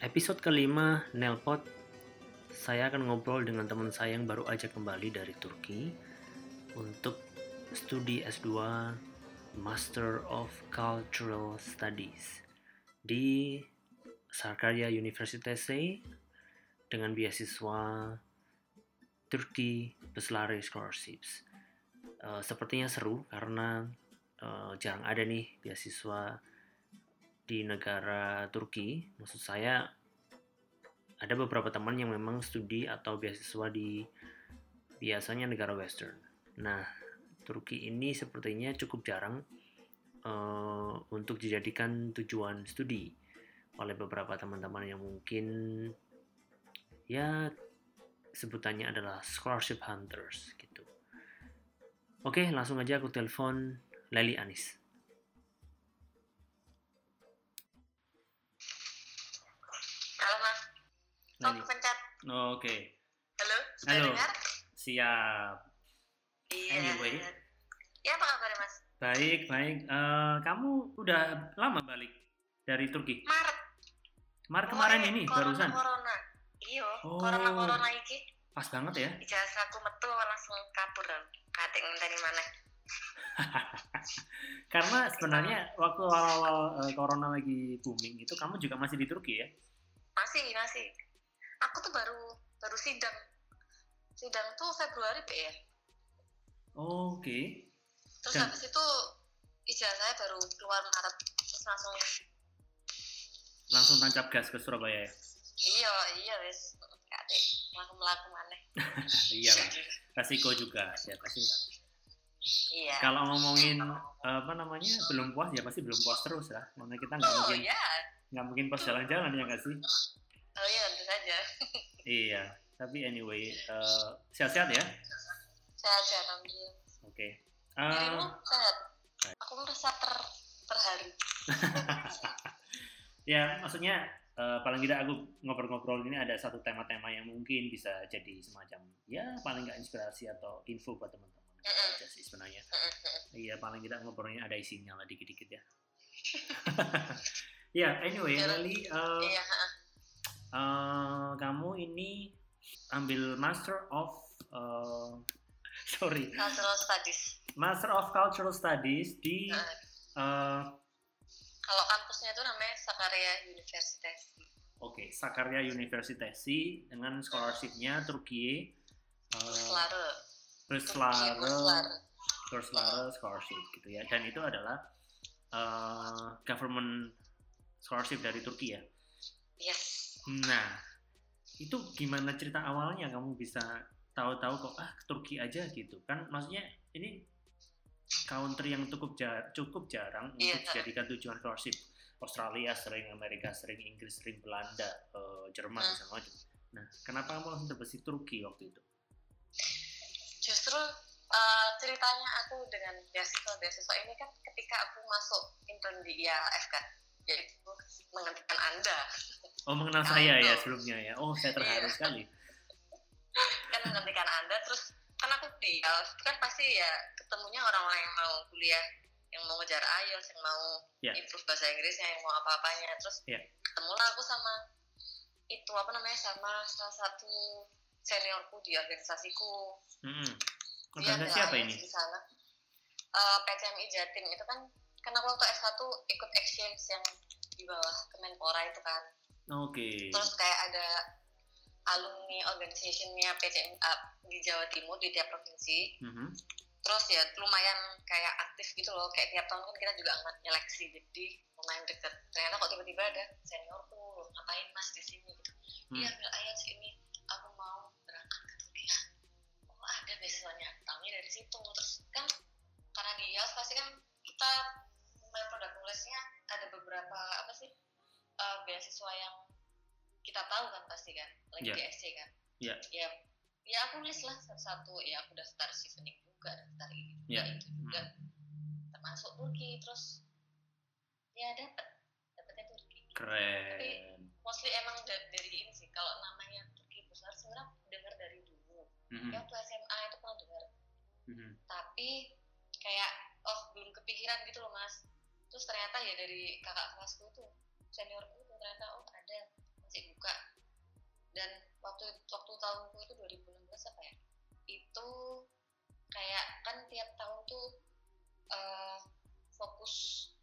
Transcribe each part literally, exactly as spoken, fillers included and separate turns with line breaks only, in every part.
Episode kelima Nelpot, saya akan ngobrol dengan teman saya yang baru aja kembali dari Turki untuk studi S dua Master of Cultural Studies di Sakarya Universitesi dengan beasiswa Turkey Beslari Scholarships. Uh, sepertinya seru karena uh, jarang ada nih beasiswa di negara Turki. Maksud saya ada beberapa teman yang memang studi atau beasiswa di biasanya negara Western. Nah, Turki ini sepertinya cukup jarang uh, untuk dijadikan tujuan studi oleh beberapa teman-teman yang mungkin ya sebutannya adalah scholarship hunters gitu. Oke, langsung aja aku telepon Leli Anis.
Halo Mas. Oh, kepencet.
Oh, Oke. Okay.
Halo, sudah
Halo.
dengar?
Siap.
Iya.
Anyway.
Ya, apa kabar Mas?
Baik, baik. Uh, kamu udah lama balik dari Turki?
Maret.
Maret kemarin
oh,
ini,
corona,
barusan?
Corona. Iya,
oh,
corona-corona iki.
Pas banget ya?
Ijazah aku metu langsung kabur. Kating dari mana?
Karena sebenarnya waktu awal-awal uh, corona lagi booming itu kamu juga masih di Turki ya?
Masih, masih. Aku tuh baru baru sidang. Sidang tuh Februari P ya.
Oh, Oke. Okay.
Terus Dan, habis itu ijazahnya baru keluar Maret. Terus langsung
langsung tancap gas ke Surabaya ya?
Iya, iya wes. Kate, melaku-melaku maneh.
Iya lah. Resiko juga ya pasti.
Iya.
Kalau ngomongin apa namanya belum puas ya pasti belum puas terus lah. Karena kita nggak
oh,
mungkin
iya.
nggak mungkin puas jalan-jalan ya nggak sih?
Oh iya tentu saja.
Iya. Tapi anyway uh, sehat-sehat ya?
Sehat-sehat alhamdulillah.
Oke. Okay.
Uh, Dirimu sehat? Aku merasa ter terharu.
Ya maksudnya uh, paling tidak aku ngobrol-ngobrol ini ada satu tema-tema yang mungkin bisa jadi semacam ya paling nggak inspirasi atau info buat teman-teman.
Mm-hmm.
Aja sih sebenarnya. Iya paling tidak ngobrolnya ada isinya lah dikit-dikit ya. Ya yeah, anyway Leli, uh,
iya,
uh, kamu ini ambil Master of uh, sorry
Cultural Studies.
Master of Cultural Studies di uh. Uh,
kalau kampusnya itu namanya Sakarya Universitesi.
Oke, okay, Sakarya Universitesi dengan scholarship-nya Turki.
Beslari.
Beslari. Beslari scholarship gitu ya. Dan itu adalah uh, government scholarship dari Turki ya.
Yes.
Nah, itu gimana cerita awalnya kamu bisa tahu-tahu kok ah ke Turki aja gitu kan? Maksudnya ini country yang cukup jar- cukup jarang yeah. untuk dijadikan tujuan scholarship. Australia sering, Amerika sering, Inggris sering, Belanda, uh, Jerman hmm. misalnya. Nah, kenapa kamu langsung terbesit Turki waktu itu?
Justru uh, ceritanya aku dengan beasiswa-beasiswa ini kan ketika aku masuk intern di I A F kan, yaitu menghentikan Anda.
Oh, mengenal saya ya sebelumnya ya. Oh, saya terharu sekali.
Kan menghentikan Anda, terus kan aku di I A F kan pasti ya ketemunya orang-orang yang mau kuliah, yang mau ngejar I E L T S, yang mau yeah. improve bahasa Inggrisnya, yang mau apa-apanya. Terus yeah. ketemulah aku sama itu apa namanya sama salah satu seniorku di organisasiku.
Hmm. Organisasi apa ini?
Di sana. Uh, P C M I Jatim itu kan karena aku waktu S satu ikut exchange yang di bawah Kemenpora itu kan.
Oke. Okay.
Terus kayak ada alumni organisasinya P C M I uh, di Jawa Timur di tiap provinsi. Mm-hmm. Terus ya lumayan kayak aktif gitu loh, kayak tiap tahun kan kita juga nyeleksi, jadi lumayan deket. Ternyata kok tiba-tiba ada seniorku, ngapain mas di sini gitu. Iya, ambil I E L T S ini, aku mau berangkat ke Turki. Oh ada beasiswanya, tahunya dari situ. Terus kan karena di I E L T S pasti kan kita main produk nulisnya ada beberapa apa sih uh, beasiswa yang kita tahu kan pasti kan, lagi yeah. di S C kan. Iya. Yeah. Ya, ya aku nulis lah satu-satu. Ya aku daftar Sivening juga, daftar ini juga, yeah. itu juga. Hmm. Termasuk Turki, terus ya dapat, dapatnya Turki.
Keren.
Tapi mostly emang dari, dari ini sih. Kalau namanya Turki besar sebenarnya dengar dari dulu. Mm-hmm. Ya waktu S M A itu pernah dengar. Mm-hmm. Tapi kayak oh belum kepikiran gitu loh mas. Terus ternyata ya dari kakak kelasku tuh, seniorku tuh ternyata oh ada masih dua ribu enam belas apa ya, itu kayak kan tiap tahun tuh uh, fokus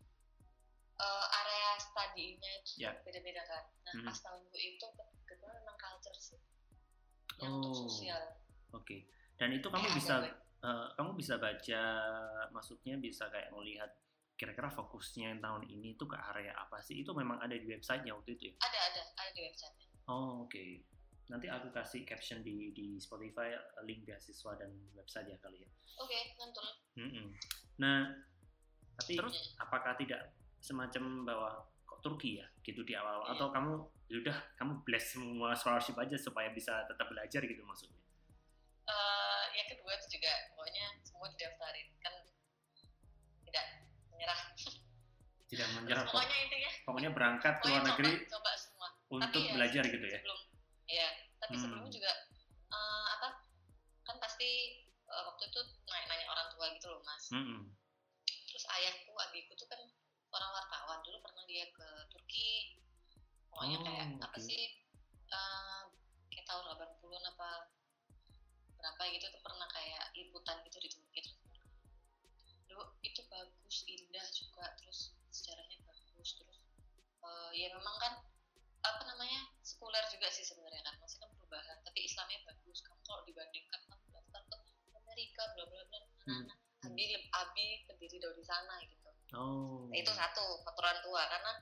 uh, area studinya itu yeah. beda-beda kan. Nah hmm. pas tahunku itu kebetulan memang culture sih yang oh. untuk sosial.
Oke. Okay. Dan itu kamu kayak bisa uh, kamu bisa baca, maksudnya bisa kayak melihat kira-kira fokusnya yang tahun ini tuh ke area apa sih? Itu memang ada di websitenya waktu itu ya?
Ada ada ada di websitenya.
Oh oke. Okay. Nanti aku kasih caption di di Spotify link beasiswa dan website ya kali ya.
Oke, okay, mantul.
Mm-mm. Nah, tapi terus apakah tidak semacam bahwa kok Turki ya gitu di awal yeah. atau kamu yaudah kamu bless semua scholarship aja supaya bisa tetap belajar gitu maksudnya?
Uh, yang kedua itu juga pokoknya semua didaftarin kan, tidak menyerah.
Tidak menyerah.
Terus, pokoknya intinya.
Pokoknya berangkat ke luar negeri.
Coba, coba semua.
Untuk
tapi
belajar
ya,
gitu ya.
Sebelum, ya, tapi hmm. sebelumnya juga uh, apa? Kan pasti uh, waktu itu nanya-nanya orang tua gitu loh mas. Hmm. Terus ayahku, adikku tuh kan orang wartawan, dulu pernah dia ke Turki. Pokoknya oh, kayak okay. apa sih? Uh, kayak tahun delapan puluhan apa berapa gitu tuh pernah kayak liputan gitu di Turki. Terus Duh, itu bagus, indah juga, terus sejarahnya bagus, terus uh, ya memang kan apa namanya sekuler juga sih sebenarnya kan, masih kan perubahan, tapi Islamnya bagus. Kamu kalau dibandingkan kamu daftar ke Amerika, bla bla bla, hmm. nah, Abi Abi berdiri dari sana gitu.
Oh.
Nah, itu satu aturan tua karena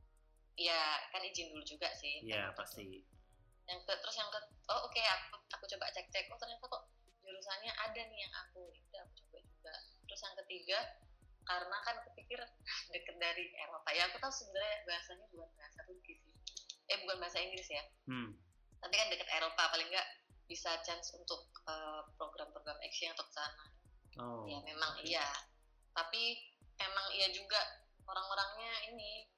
ya kan izin dulu juga sih.
Iya yeah, pasti.
Yang ke, terus yang ke, oh oke okay, aku aku coba cek cek, oh ternyata kok jurusannya ada nih yang aku, udah aku coba juga. Terus yang ketiga, karena kan kepikir deket dari Eropa. Ya aku tahu sebenarnya bahasanya bukan bahasa Turki sih. Eh bukan bahasa Inggris ya. Hmm. Tapi kan deket Eropa, paling nggak bisa chance untuk uh, program-program exchange untuk ke sana. Oh. Ya memang iya. Tapi memang iya juga orang-orangnya ini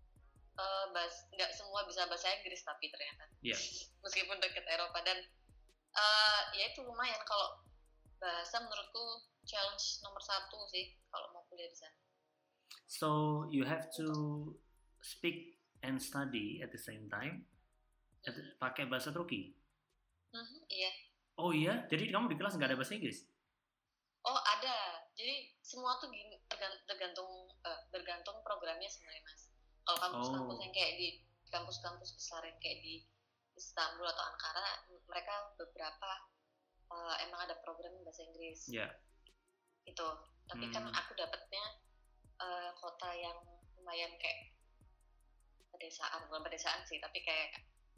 uh, bahas, nggak semua bisa bahasa Inggris tapi ternyata. Iya. Yeah. Meskipun deket Eropa dan uh, ya itu lumayan kalau bahasa menurutku challenge nomor satu sih kalau mau kuliah di sana.
So you have to speak and study at the same time. Mm-hmm. Pakai bahasa Turki.
Mm-hmm, iya.
Oh iya, jadi kamu di kelas nggak ada bahasa Inggris?
Oh ada. Jadi semua tuh gini, tergantung uh, bergantung programnya sebenarnya mas. Kalau kampus-kampus oh. yang kayak di kampus-kampus besar yang kayak di Istanbul atau Ankara, mereka beberapa uh, emang ada program bahasa Inggris. Iya. Yeah. Itu, tapi hmm. kan aku dapetnya uh, kota yang lumayan kayak pedesaan, bukan pedesaan sih, tapi kayak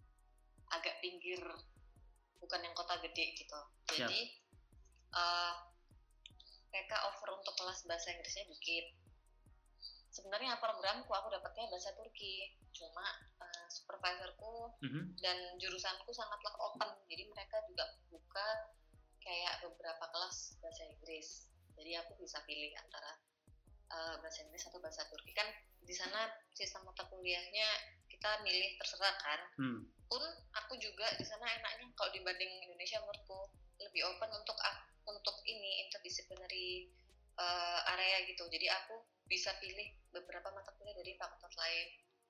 agak pinggir, bukan yang kota gede gitu. Jadi uh, mereka offer untuk kelas bahasa Inggrisnya dikit. Sebenarnya programku aku dapetnya bahasa Turki, cuma uh, supervisorku mm-hmm. dan jurusanku sangatlah open, jadi mereka juga buka kayak beberapa kelas bahasa Inggris. Jadi aku bisa pilih antara uh, bahasa Inggris atau bahasa Turki. Kan di sana sistem mata kuliahnya kita milih terserah kan. Hmm. Pun aku juga di sana enaknya kalau dibanding Indonesia menurutku lebih open untuk untuk ini interdisciplinary uh, area gitu. Jadi aku bisa pilih beberapa mata kuliah dari fakultas lain.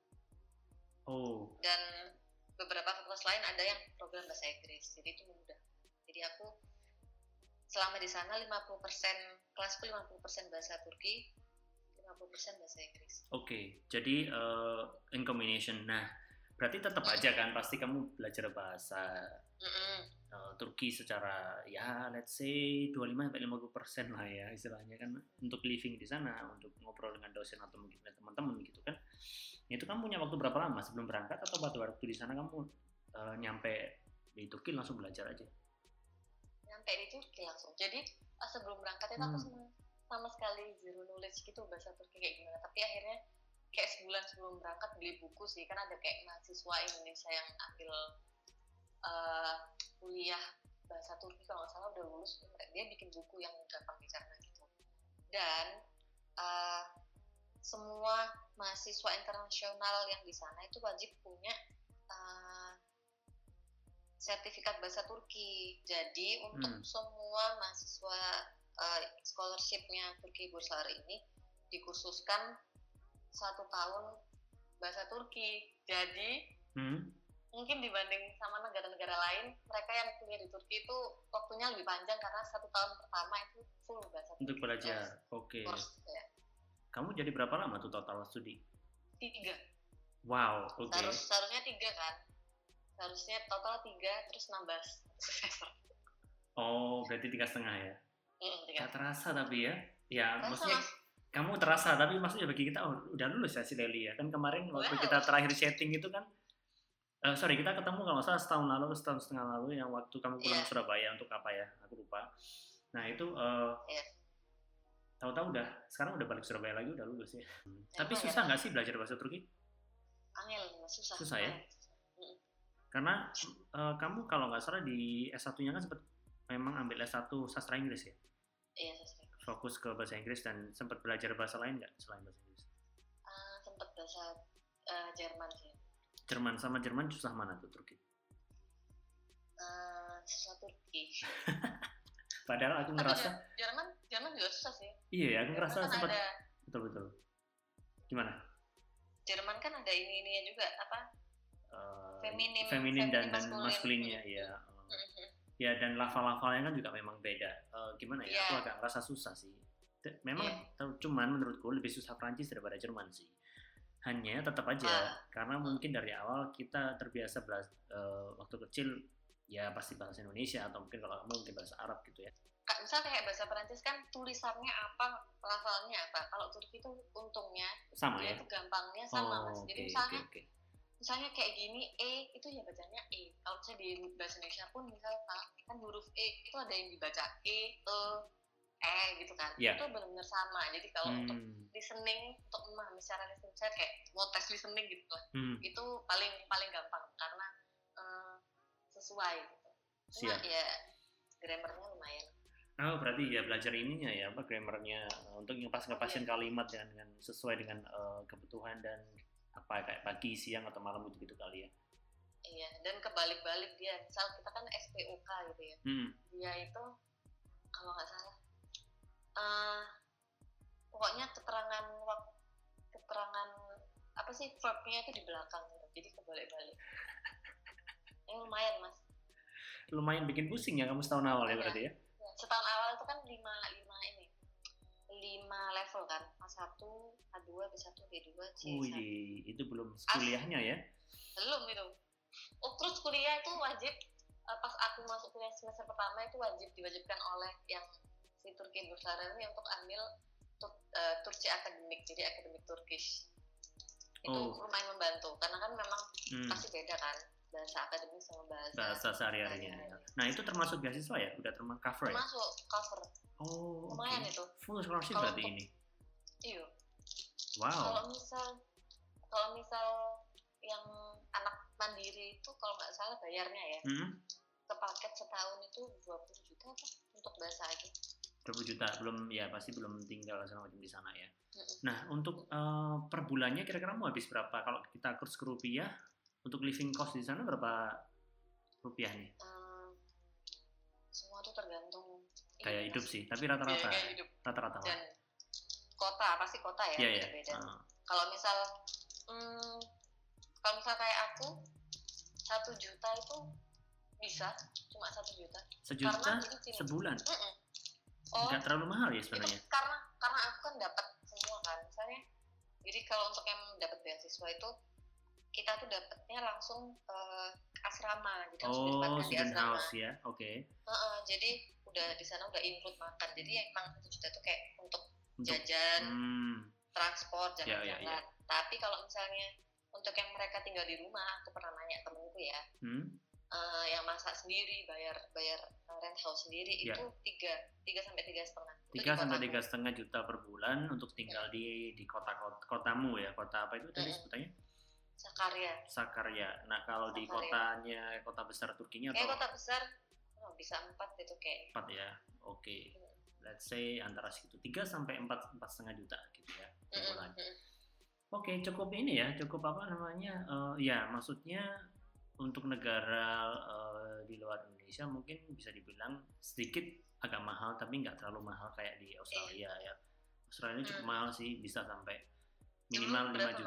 Oh. Dan beberapa fakultas lain ada yang program bahasa Inggris. Jadi itu mudah. Jadi aku selama di sana lima puluh persen kelasku lima puluh persen bahasa Turki, lima puluh persen bahasa Inggris.
Oke, okay, jadi uh, in combination. Nah, berarti tetap mm-hmm. aja kan pasti kamu belajar bahasa mm-hmm. uh, Turki secara ya let's say dua puluh lima sampai lima puluh persen lah ya istilahnya kan untuk living di sana, untuk ngobrol dengan dosen atau mungkin dengan teman-teman gitu kan. Itu kamu punya waktu berapa lama sebelum berangkat atau pada waktu di sana kamu uh, nyampe di Turki langsung belajar aja?
Nyampe di Turki langsung. Jadi sebelum berangkat itu hmm. aku sama, sama sekali zero knowledge gitu bahasa Turki kayak gimana. Tapi akhirnya kayak sebulan sebelum berangkat beli buku sih. Kan ada kayak mahasiswa Indonesia yang ambil uh, kuliah bahasa Turki kalau nggak salah udah lulus. Dia bikin buku yang gampang dicerna gitu. Dan uh, semua mahasiswa internasional yang di sana itu wajib punya uh, sertifikat bahasa Turki. Jadi untuk hmm. semua mahasiswa uh, scholarship-nya Turki Bursar ini dikhususkan satu tahun bahasa Turki. Jadi hmm. mungkin dibanding sama negara-negara lain, mereka yang kuliah di Turki itu waktunya lebih panjang karena satu tahun pertama itu full bahasa
untuk belajar. Oke. Okay.
Ya.
Kamu jadi berapa lama tuh total studi?
Tiga.
Wow, oke. Okay.
Harus, seharusnya tiga kan? Seharusnya total tiga terus nambah semester.
Oh, berarti tiga setengah ya?
Mm, tiga.
Gak terasa tapi ya? Ya,
terasa,
maksudnya
mas.
Kamu terasa, tapi maksudnya bagi kita oh, udah lulus ya si Leli ya? Kan kemarin waktu wow. kita terakhir chatting itu kan Uh, sorry, kita ketemu kalau nggak salah setahun lalu, setahun setengah lalu yang waktu kamu pulang yeah. ke Surabaya untuk apa ya? Aku lupa. Nah itu uh, yeah. tahu-tahu udah, sekarang udah balik Surabaya lagi, udah lulus ya. Hmm. Ya, Tapi susah nggak ya. sih belajar bahasa Turki?
Angel, susah.
Susah ya? Hmm. Karena uh, kamu kalau nggak salah di S satu-nya kan sempat memang ambil S satu sastra Inggris ya?
Iya, sastra Inggris.
Fokus ke bahasa Inggris dan sempat belajar bahasa lain nggak selain bahasa Inggris?
Uh, sempat bahasa uh, Jerman sih.
Jerman sama Jerman susah mana tuh Turki?
Uh, susah Turki.
Padahal aku ngerasa
Jerman Jerman juga susah sih.
Iya, aku ngerasa
kan
sempat
ada,
betul betul. Gimana?
Jerman kan ada ini ininya juga apa?
Uh,
feminin,
feminin dan dan
maskulin.
maskulinnya ya. Uh, mm-hmm. Ya dan lafal-lafalnya kan juga memang beda. Uh, gimana ya? Yeah. Aku agak ngerasa susah sih. Memang yeah. cuman menurutku lebih susah Prancis daripada Jerman sih. Hanya tetap aja ah. karena mungkin dari awal kita terbiasa belas, uh, waktu kecil ya pasti bahasa Indonesia atau mungkin kalau kamu mungkin bahasa Arab gitu ya.
Misal kayak bahasa Perancis kan tulisannya apa, lafalnya apa. Kalau Turki itu untungnya
sama
dia
ya.
Itu gampangnya sama
oh,
mas. Jadi
okay,
misalnya
okay, okay.
misalnya kayak gini E itu ya bacanya E. Kalau misalnya di bahasa Indonesia pun misal kan huruf E itu ada yang dibaca E, E, E gitu kan. Yeah. Itu benar-benar sama. Jadi kalau hmm. untuk listening, untuk memahami secara listening, saya kayak mau tes listening gitu lah. Hmm. Itu paling paling gampang karena uh, sesuai gitu. Cuma Siap. ya grammarnya lumayan.
Oh berarti ya belajar ininya ya apa grammarnya untuk ngepas-ngepasin yeah. kalimat dengan, dengan sesuai dengan uh, kebutuhan dan apa kayak pagi, siang atau malam gitu gitu kali ya.
Iya, dan kebalik-balik dia. Misal kita kan S P O K gitu ya. Hmm. Dia itu kalau nggak salah uh, pokoknya keterangan keterangan apa sih verbnya itu di belakang gitu. Jadi kebalik-balik. Ini lumayan mas.
Lumayan bikin pusing ya kamu setahun awal ya, ya berarti ya?
Setahun awal itu kan lima lima ini lima level kan A satu, A dua, B satu, B dua, C satu.
Wih, itu belum kuliahnya ya?
Belum itu. Oh terus kuliah itu wajib pas aku masuk kuliah semester pertama itu wajib diwajibkan oleh yang si Turki Bursara ini untuk ambil tur, uh, Turki akademik, jadi akademik Turkish. Itu oh. lumayan membantu karena kan memang hmm. pasti beda kan bahasa akademik sama bahasa
bahasa sehari-harinya. Nah itu termasuk beasiswa ya? Udah termasuk cover ya?
Termasuk cover.
Oh,
lumayan
okay.
itu.
Full scholarship berarti
untuk,
ini?
Iya.
Wow.
Kalau misal, kalau misal yang anak mandiri itu kalau nggak salah bayarnya ya, hmm? ke paket setahun itu dua puluh juta apa untuk bahasa aja.
dua puluh juta belum ya pasti belum tinggal segala macam di sana ya. Mm-mm. Nah untuk uh, per bulannya kira-kira mau habis berapa kalau kita kurs ke rupiah untuk living cost di sana berapa rupiah nih?
Um, semua tuh tergantung
kayak hidup sih, tapi rata-rata
ya, hidup.
rata-rata
dan kota pasti kota ya
yeah,
beda-beda.
Yeah. Uh.
Kalau misal, hmm, kalau misal kayak aku satu juta itu bisa, cuma satu juta.
Sejuta karena sebulan?
Mm-mm. Oh,
nggak terlalu mahal ya sebenarnya?
Karena karena aku kan dapat semua kan, misalnya. Jadi kalau untuk yang dapat beasiswa itu kita tuh dapatnya langsung uh, asrama, jadi langsung
oh,
ditempatkan di asrama.
House ya, oke. Okay.
Uh-uh, jadi udah di sana udah include makan, jadi emang satu juta tuh kayak untuk, untuk jajan, hmm. transport, jalan-jalan. Ya, ya, ya. Tapi kalau misalnya untuk yang mereka tinggal di rumah, aku pernah nanya temenku ya, hmm? uh, yang masak sendiri, bayar bayar rent house sendiri ya. Itu tiga tiga sampai tiga setengah.
Tiga sampai tiga setengah juta per bulan untuk tinggal hmm. di di kota, kota kotamu ya, kota apa itu tadi hmm. sebutannya?
Sakarya.
Sakarya. Nah kalau Sakarya. Di kotanya kota besar Turkinya
kayak
atau?
Kota besar oh, bisa empat gitu kayak.
Empat ya, oke. Okay. Hmm. Let's say antara segitu tiga sampai empat empat setengah juta gitu ya per bulan. Hmm. Oke okay, cukup ini ya, cukup apa namanya? Uh, ya maksudnya untuk negara uh, di luar Indonesia mungkin bisa dibilang sedikit agak mahal tapi nggak terlalu mahal kayak di Australia eh. ya. Australia cukup hmm. mahal sih, bisa sampai minimal lima juta.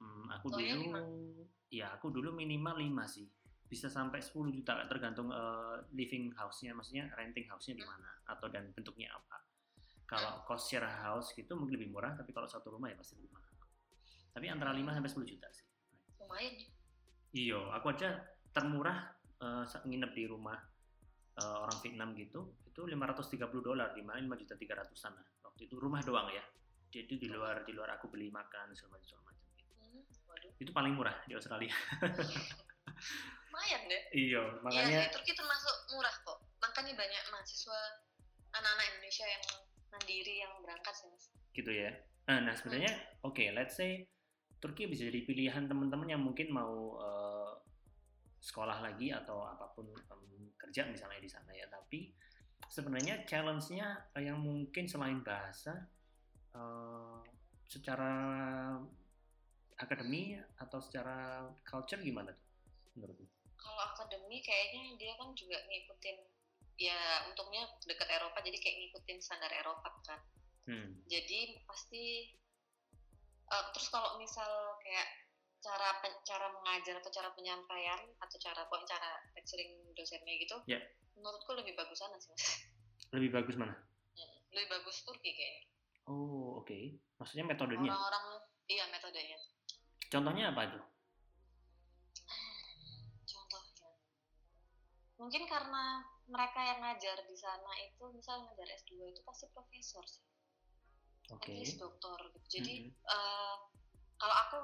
Hmm, aku oh, dulu, ya, ya aku dulu minimal lima sih. Bisa sampai sepuluh juta tergantung uh, living house-nya, maksudnya renting house-nya di mana atau dan bentuknya apa. Kalau cost share house gitu mungkin lebih murah, tapi kalau satu rumah ya pasti lebih mahal. Tapi antara lima sampai sepuluh juta sih.
Lumayan.
Iya, aku aja termurah uh, nginep di rumah uh, orang Vietnam gitu, itu lima ratus tiga puluh dolar, di mana lima juta tiga ratusan lah. Waktu itu rumah doang ya. Jadi di luar di luar aku beli makan segala macam macam gitu. Hmm, itu paling murah di Australia.
Lumayan deh.
Iya, makanya.
Iya, Turki termasuk murah kok. Makanya banyak mahasiswa anak-anak Indonesia yang mandiri yang berangkat sih, Mas.
Gitu ya. Nah, nah sebenarnya hmm. oke, okay, let's say Turki bisa jadi pilihan teman-teman yang mungkin mau uh, sekolah lagi atau apapun um, kerja misalnya di sana ya. Tapi sebenarnya challenge-nya yang mungkin selain bahasa, uh, secara akademi atau secara culture gimana tuh menurutmu?
Kalau akademi kayaknya dia kan juga ngikutin, ya untungnya dekat Eropa jadi kayak ngikutin standar Eropa kan. Hmm. Jadi pasti uh, terus kalau misal kayak cara cara mengajar atau cara penyampaian atau cara pokoknya cara lecturing dosennya gitu,
yeah.
menurutku lebih bagus sana sih, Mas.
Lebih bagus mana?
Hmm, lebih bagus Turki kayaknya.
Oh oke, okay. Maksudnya metodenya?
Orang-orang iya metodenya.
Contohnya apa itu?
Contohnya, mungkin karena mereka yang ngajar di sana itu, misal ngajar S dua itu pasti profesor sih. Oke. Okay. Doktor gitu. Jadi mm-hmm. uh, kalau aku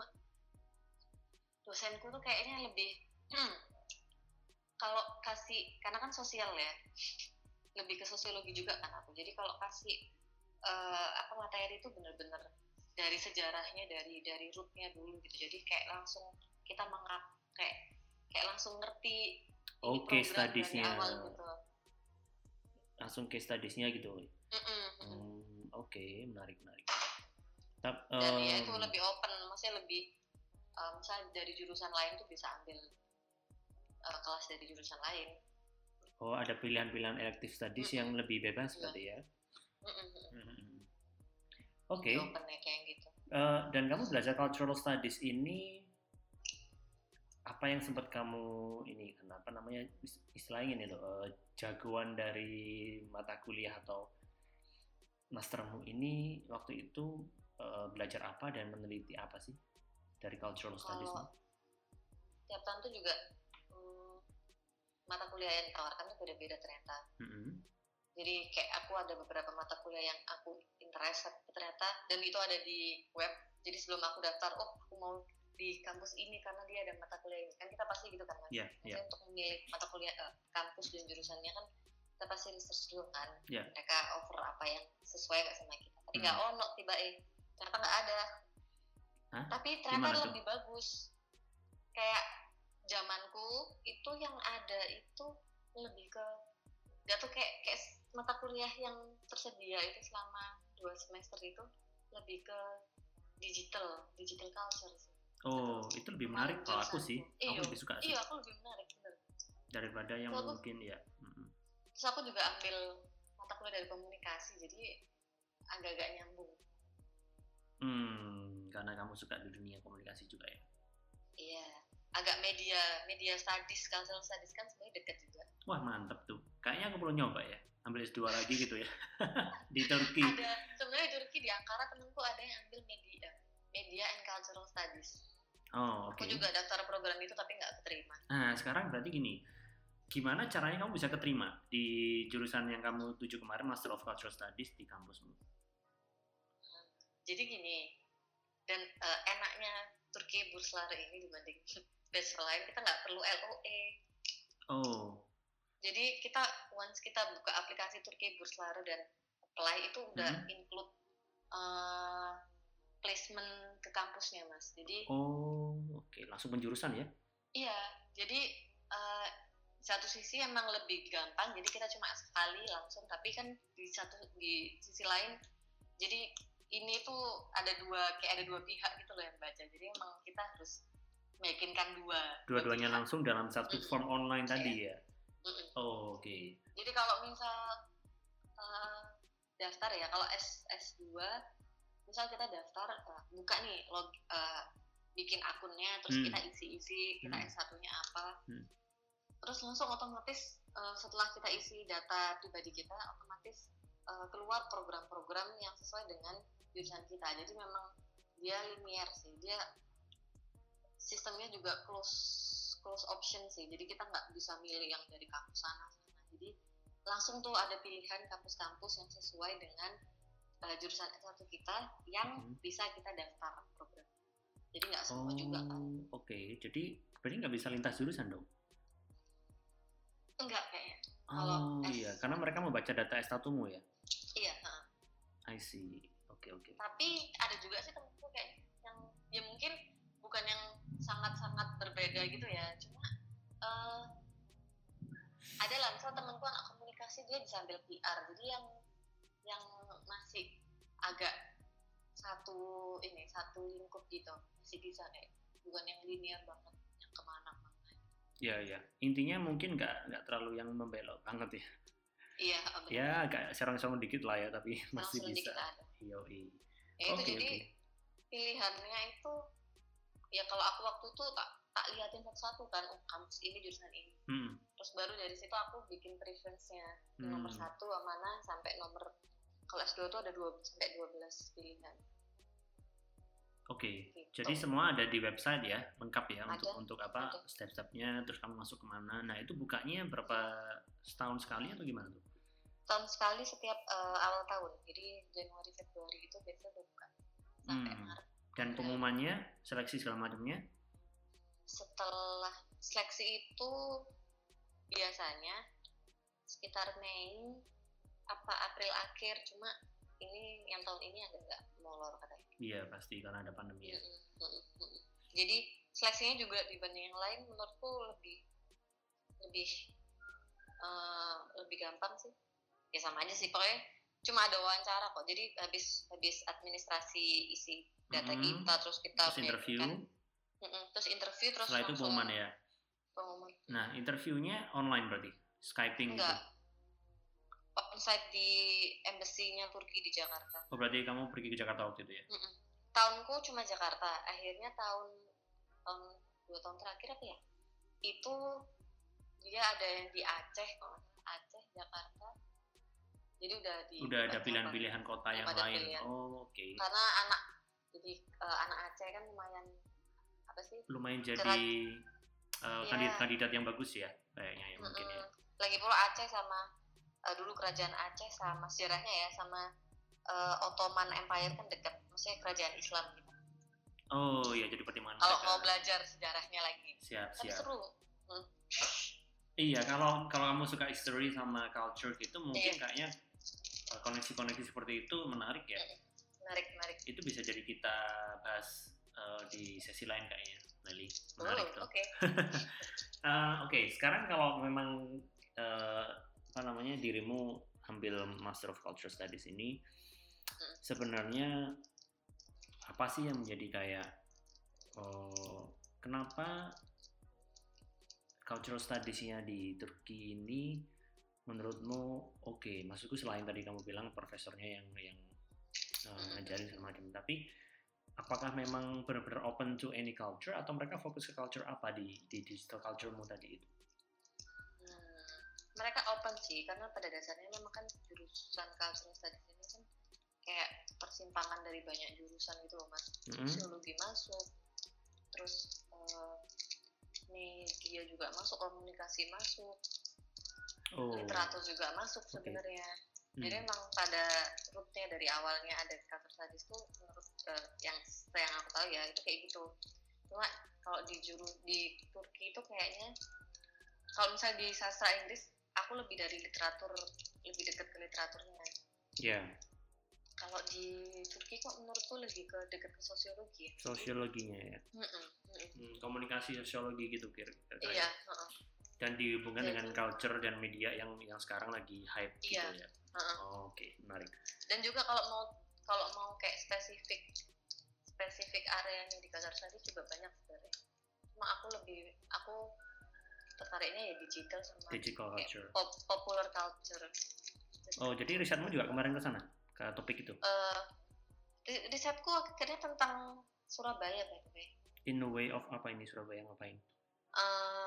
dosenku tuh kayaknya lebih hmm, kalau kasih, karena kan sosial ya, lebih ke sosiologi juga kan aku. Jadi kalau kasih uh, apa materi itu benar-benar dari sejarahnya, dari dari rootnya dulu gitu. Jadi kayak langsung kita mengap kayak kayak langsung ngerti.
Oke, okay, studiesnya. Gitu. Langsung case studiesnya gitu. Hmm, Oke, okay, menarik menarik.
Tap, um, Dan ya itu lebih open, maksudnya lebih uh, misalnya dari jurusan lain tuh bisa ambil uh, kelas dari jurusan lain.
Oh, ada pilihan-pilihan elective studies mm-hmm. yang lebih bebas berarti ya. Mm-hmm. Oke. Okay.
Open ya kayak gitu.
Uh, dan kamu belajar cultural studies ini, apa yang sempat kamu ini kenapa namanya istilahnya ini loh uh, jagoan dari mata kuliah atau mastermu ini waktu itu uh, belajar apa dan meneliti apa sih dari cultural studies ini?
Tiap tahun tuh juga hmm, mata kuliah yang ditawarkan tuh beda-beda ternyata. Mm-hmm. Jadi kayak aku ada beberapa mata kuliah yang aku interest ternyata, dan itu ada di web. Jadi sebelum aku daftar, oh aku mau di kampus ini karena dia ada mata kuliah ini. Kan kita pasti gitu kan, Mas.
Yeah, yeah.
Untuk memilih mata kuliah uh, kampus dan jurusannya kan kita pasti research dulu kan.
Yeah.
Mereka offer apa yang sesuai gak sama kita. Tapi nggak hmm. ono tiba eh ternyata nggak ada.
Hah?
Tapi ternyata lebih bagus. Kayak zamanku itu yang ada itu lebih ke nggak tuh kayak kayak mata kuliah yang tersedia itu selama dua semester itu lebih ke digital digital culture sih.
Oh, itu lebih menarik kalau aku sih. Aku iyo, lebih suka sih.
Iya, aku lebih menarik bener.
Daripada yang
terus
mungkin
aku,
ya.
Mm-hmm. Terus aku juga ambil mata kuliah dari komunikasi, jadi agak-agak nyambung.
Hmm, karena kamu suka di dunia komunikasi juga ya.
Iya, agak media media studies, cultural studies kan sebenarnya dekat juga.
Wah mantep tuh. Kayaknya aku perlu nyoba ya, ambil S dua lagi gitu ya di Turki.
Ada sebenarnya di Turki, di Ankara temenku ada yang ambil media, media and cultural studies.
Oh, oke. Okay.
Aku juga daftar program itu tapi nggak keterima.
Nah, sekarang berarti gini, gimana caranya kamu bisa keterima di jurusan yang kamu tuju kemarin, Master of Cultural Studies di kampusmu?
Hmm, jadi gini, dan uh, enaknya Turki Burslara ini dibanding bachelor lain, kita nggak perlu L O E.
Oh.
Jadi kita once kita buka aplikasi Turki Burslara dan apply itu udah hmm. include uh, placement ke kampusnya, Mas. Jadi
oh, oke, okay. Langsung penjurusan ya?
Iya, jadi uh, satu sisi emang lebih gampang, jadi kita cuma sekali langsung, tapi kan di satu di sisi lain, jadi ini tuh ada dua kayak ada dua pihak gitu loh yang baca, jadi emang kita harus meyakinkan dua.
Dua-duanya dua langsung dalam satu mm-hmm. form online tadi
yeah.
ya? Mm-hmm. Oh, oke. Okay.
Jadi kalau misal uh, daftar ya, kalau S S2, misal kita daftar uh, buka nih log uh, bikin akunnya, terus hmm. kita isi-isi kita hmm. S satu-nya apa, hmm. terus langsung otomatis uh, setelah kita isi data pribadi kita, otomatis uh, keluar program-program yang sesuai dengan jurusan kita. Jadi memang dia linear sih, dia sistemnya juga close close option sih, jadi kita nggak bisa milih yang dari kampus sana sana. Jadi langsung tuh ada pilihan kampus-kampus yang sesuai dengan uh, jurusan S satu kita yang hmm. bisa kita daftar program. Jadi nggak semua
oh,
juga kan.
Oke, okay. Jadi berarti nggak bisa lintas jurusan dong?
Enggak kayaknya.
Oh kalau iya, S... karena mereka membaca data S satu-mu ya?
Iya. Huh.
I see, oke okay, oke. Okay.
Tapi ada juga sih temenku kayak yang ya mungkin bukan yang sangat-sangat berbeda gitu ya, cuma uh, ada lah misal temenku anak komunikasi dia bisa ambil P R, jadi yang yang masih agak satu ini satu lingkup gitu masih bisa kayak bukan yang linear banget yang kemana-mana.
Iya iya, intinya mungkin nggak nggak terlalu yang membelok banget ya.
Iya.
Ya agak serong-serong dikit lah ya, tapi serong masih bisa. Iya iya.
Ya, itu okay, jadi okay. pilihannya itu ya kalau aku waktu itu tak tak liatin satu-satu kan, oh kampus ini jurusan ini. Hmm. Terus baru dari situ aku bikin preference-nya hmm. nomor satu mana sampai nomor kalau S dua itu ada dua sampai dua belas pilihan.
Oke, okay. Gitu. Jadi semua ada di website ya, lengkap ya,
ada,
untuk untuk apa ada. Step-stepnya, terus kamu masuk kemana. Nah itu bukanya berapa setahun sekali atau gimana tuh?
Tahun sekali setiap uh, awal tahun, jadi Januari Februari itu biasanya udah buka sampai hmm. Maret. Dan
pengumumannya, seleksi segala macamnya?
Setelah seleksi itu biasanya sekitar Mei apa April akhir, cuma ini yang tahun ini agak nggak molor katanya.
Iya pasti karena ada pandemi ya.
Mm-hmm. Mm-hmm. Jadi seleksinya juga dibanding yang lain menurutku lebih lebih uh, lebih gampang sih. Ya sama aja sih pokoknya cuma ada wawancara kok. Jadi habis habis administrasi isi data mm-hmm. kita terus kita
terus interview.
Mm-hmm. Terus interview terus
setelah itu pengumuman ya.
Pengumuman.
Nah interviewnya online berarti Skyping
Enggak.
gitu.
Onsite di embassy-nya Turki di Jakarta.
Oh berarti kamu pergi ke Jakarta waktu itu ya?
Mm-mm. Tahunku cuma Jakarta. Akhirnya tahun tahun dua tahun terakhir apa ya? Itu dia ada yang di Aceh, kalau Aceh, Jakarta. Jadi udah di.
Udah ada pilihan-pilihan kota yang lain. Pilihan. Oh oke. Okay.
Karena anak jadi uh, anak Aceh kan lumayan apa sih?
Lumayan jadi uh, yeah. kandidat-kandidat yang bagus ya kayaknya ya mm-hmm. mungkin ya.
Lagi pula Aceh sama Uh, dulu kerajaan Aceh sama sejarahnya ya sama uh, Ottoman Empire kan dekat, maksudnya kerajaan Islam gitu.
Oh iya jadi pertimbangan.
Kalau mau belajar sejarahnya lagi.
Siap
Tapi
siap.
seru. Hmm.
Iya kalau kalau kamu suka history sama culture gitu mungkin yeah. kayaknya uh, koneksi-koneksi seperti itu menarik ya.
Menarik menarik.
Itu bisa jadi kita bahas uh, di sesi lain kayaknya, Nelly. Menarik
oh,
tuh.
Oke. Okay.
uh, Oke okay. Sekarang kalau memang uh, apa namanya dirimu ambil Master of Cultural Studies ini hmm. sebenarnya apa sih yang menjadi kayak oh, kenapa Cultural Studies-nya di Turki ini menurutmu oke okay, maksudku selain tadi kamu bilang profesornya yang yang uh, ngajarin segala macam, tapi apakah memang benar-benar open to any culture atau mereka fokus ke culture apa di di digital culture-mu tadi itu?
Mereka open sih, karena pada dasarnya memang kan jurusan cultural studies ini kan kayak persimpangan dari banyak jurusan gitu loh mas. Mm-hmm. Sosiologi masuk, terus uh, media juga masuk, komunikasi masuk, oh. literatur juga masuk sebenarnya. Okay. Jadi mm. memang pada rootnya dari awalnya ada cultural studies tuh menurut uh, yang yang aku tahu ya itu kayak gitu. Cuma kalau di juru di Turki itu kayaknya kalau misalnya di sastra Inggris aku lebih dari literatur, lebih dekat ke literaturnya. Iya. Yeah. Kalau di Turki kok menurutku lebih ke dekat ke sosiologi.
Sosiologinya ya.
Mm-mm.
Hmm, komunikasi sosiologi gitu kira-kira.
Iya. Uh-uh.
Dan dihubungkan Jadi, dengan culture dan media yang yang sekarang lagi hype
iya.
gitu ya.
Uh-uh.
Oh, Oke, okay. Menarik.
Dan juga kalau mau kalau mau kayak spesifik spesifik areanya di culture studies juga banyak sebenarnya. Cuma aku lebih aku tertariknya ya digital sama
digital culture,
pop, popular culture.
Oh, jadi risetmu juga kemarin ke sana, ke topik itu?
Uh, risetku akhirnya tentang Surabaya, by the way.
In a way of apa ini Surabaya ngapain?
Uh,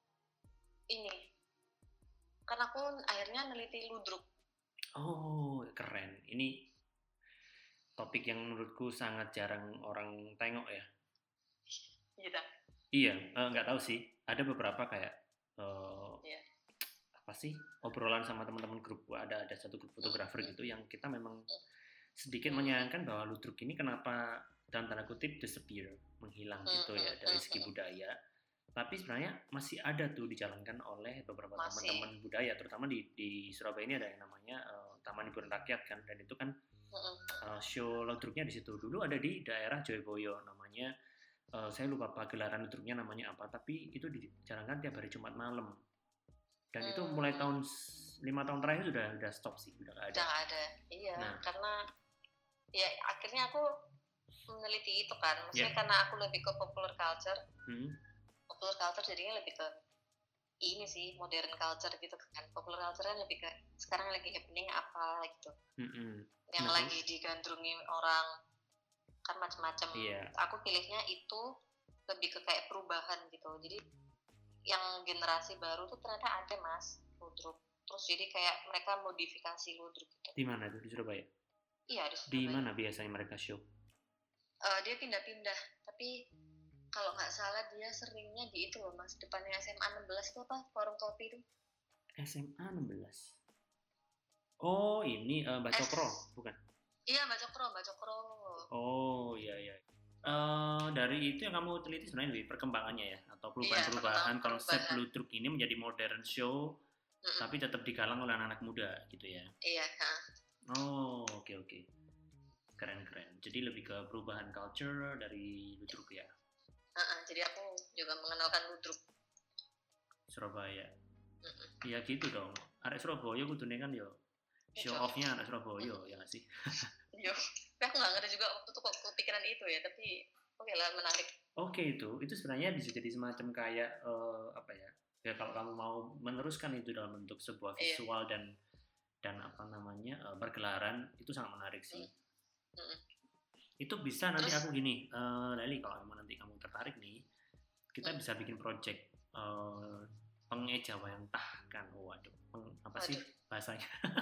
ini, karena aku akhirnya neliti ludruk.
Oh keren, ini topik yang menurutku sangat jarang orang tengok ya.
Gitu.
Iya, nggak uh, tahu sih. Ada beberapa kayak uh, yeah. apa sih obrolan sama teman-teman grup. Ada ada satu grup fotografer gitu yang kita memang sedikit menyayangkan bahwa ludruk ini kenapa dalam tanda kutip disappear, menghilang gitu ya dari segi budaya. Tapi sebenarnya masih ada tuh dijalankan oleh beberapa masih. teman-teman budaya, terutama di di Surabaya ini ada yang namanya uh, Taman Hiburan Rakyat kan, dan itu kan uh, show ludruknya di situ. Dulu ada di daerah Joyoboyo namanya, uh, saya lupa pagelaran ludruknya namanya apa, tapi itu dijalankan tiap hari Jumat malam. Dan hmm. itu mulai tahun lima tahun terakhir sudah udah stop sih, udah nggak ada.
Udah ada, iya. Nah, karena ya akhirnya aku meneliti itu kan, maksudnya yeah. karena aku lebih ke popular culture. Hmm. Popular culture jadinya lebih ke ini sih, modern culture gitu kan. Popular culture kan lebih ke sekarang lagi happening apa gitu. Mm-hmm. Yang nah, lagi digandrungi orang kan macam-macam. Yeah. Aku pilihnya itu lebih ke kayak perubahan gitu. Jadi yang generasi baru tuh ternyata ada mas ludruk. Terus jadi kayak mereka modifikasi ludruk gitu.
Di mana tuh, di Surabaya?
Iya di Surabaya.
Di mana biasanya mereka show?
Uh, dia pindah-pindah, tapi kalau nggak salah dia seringnya di itu loh mas, depannya S M A enam belas itu apa, warung kopi itu.
S M A enam belas? Oh ini uh, Mbak Cokro, S- bukan?
Iya Mbak Cokro, Mbak Cokro.
Oh iya iya. Uh, dari itu yang kamu teliti sebenarnya dari perkembangannya ya, atau perubahan-perubahan iya, konsep ludruk ini menjadi modern show, mm-mm. tapi tetap digalang oleh anak-anak muda gitu ya?
Iya. Ha.
Oh oke okay, oke, okay. Keren-keren. Jadi lebih ke perubahan culture dari ludruk ya?
Uh-uh, jadi aku juga mengenalkan ludruk
Surabaya. Iya gitu dong. Arek Surabaya kudune kan yo show off-nya anak Surabaya ya nggak sih?
Yo, tapi aku nggak ngerti juga waktu itu kok kepikiran itu ya. Tapi oke okay lah, menarik.
Oke okay, itu, itu sebenarnya bisa jadi semacam kayak uh, apa ya? Ya kalau kamu mau meneruskan itu dalam bentuk sebuah visual iya. dan dan apa namanya uh, pergelaran itu sangat menarik sih. Mm. Mm. Itu bisa nanti Terus, aku gini, uh, Lali kalau memang nanti kamu tertarik nih, kita hmm. bisa bikin project uh, pengejawantahkan, waduh, peng, apa waduh. sih bahasanya?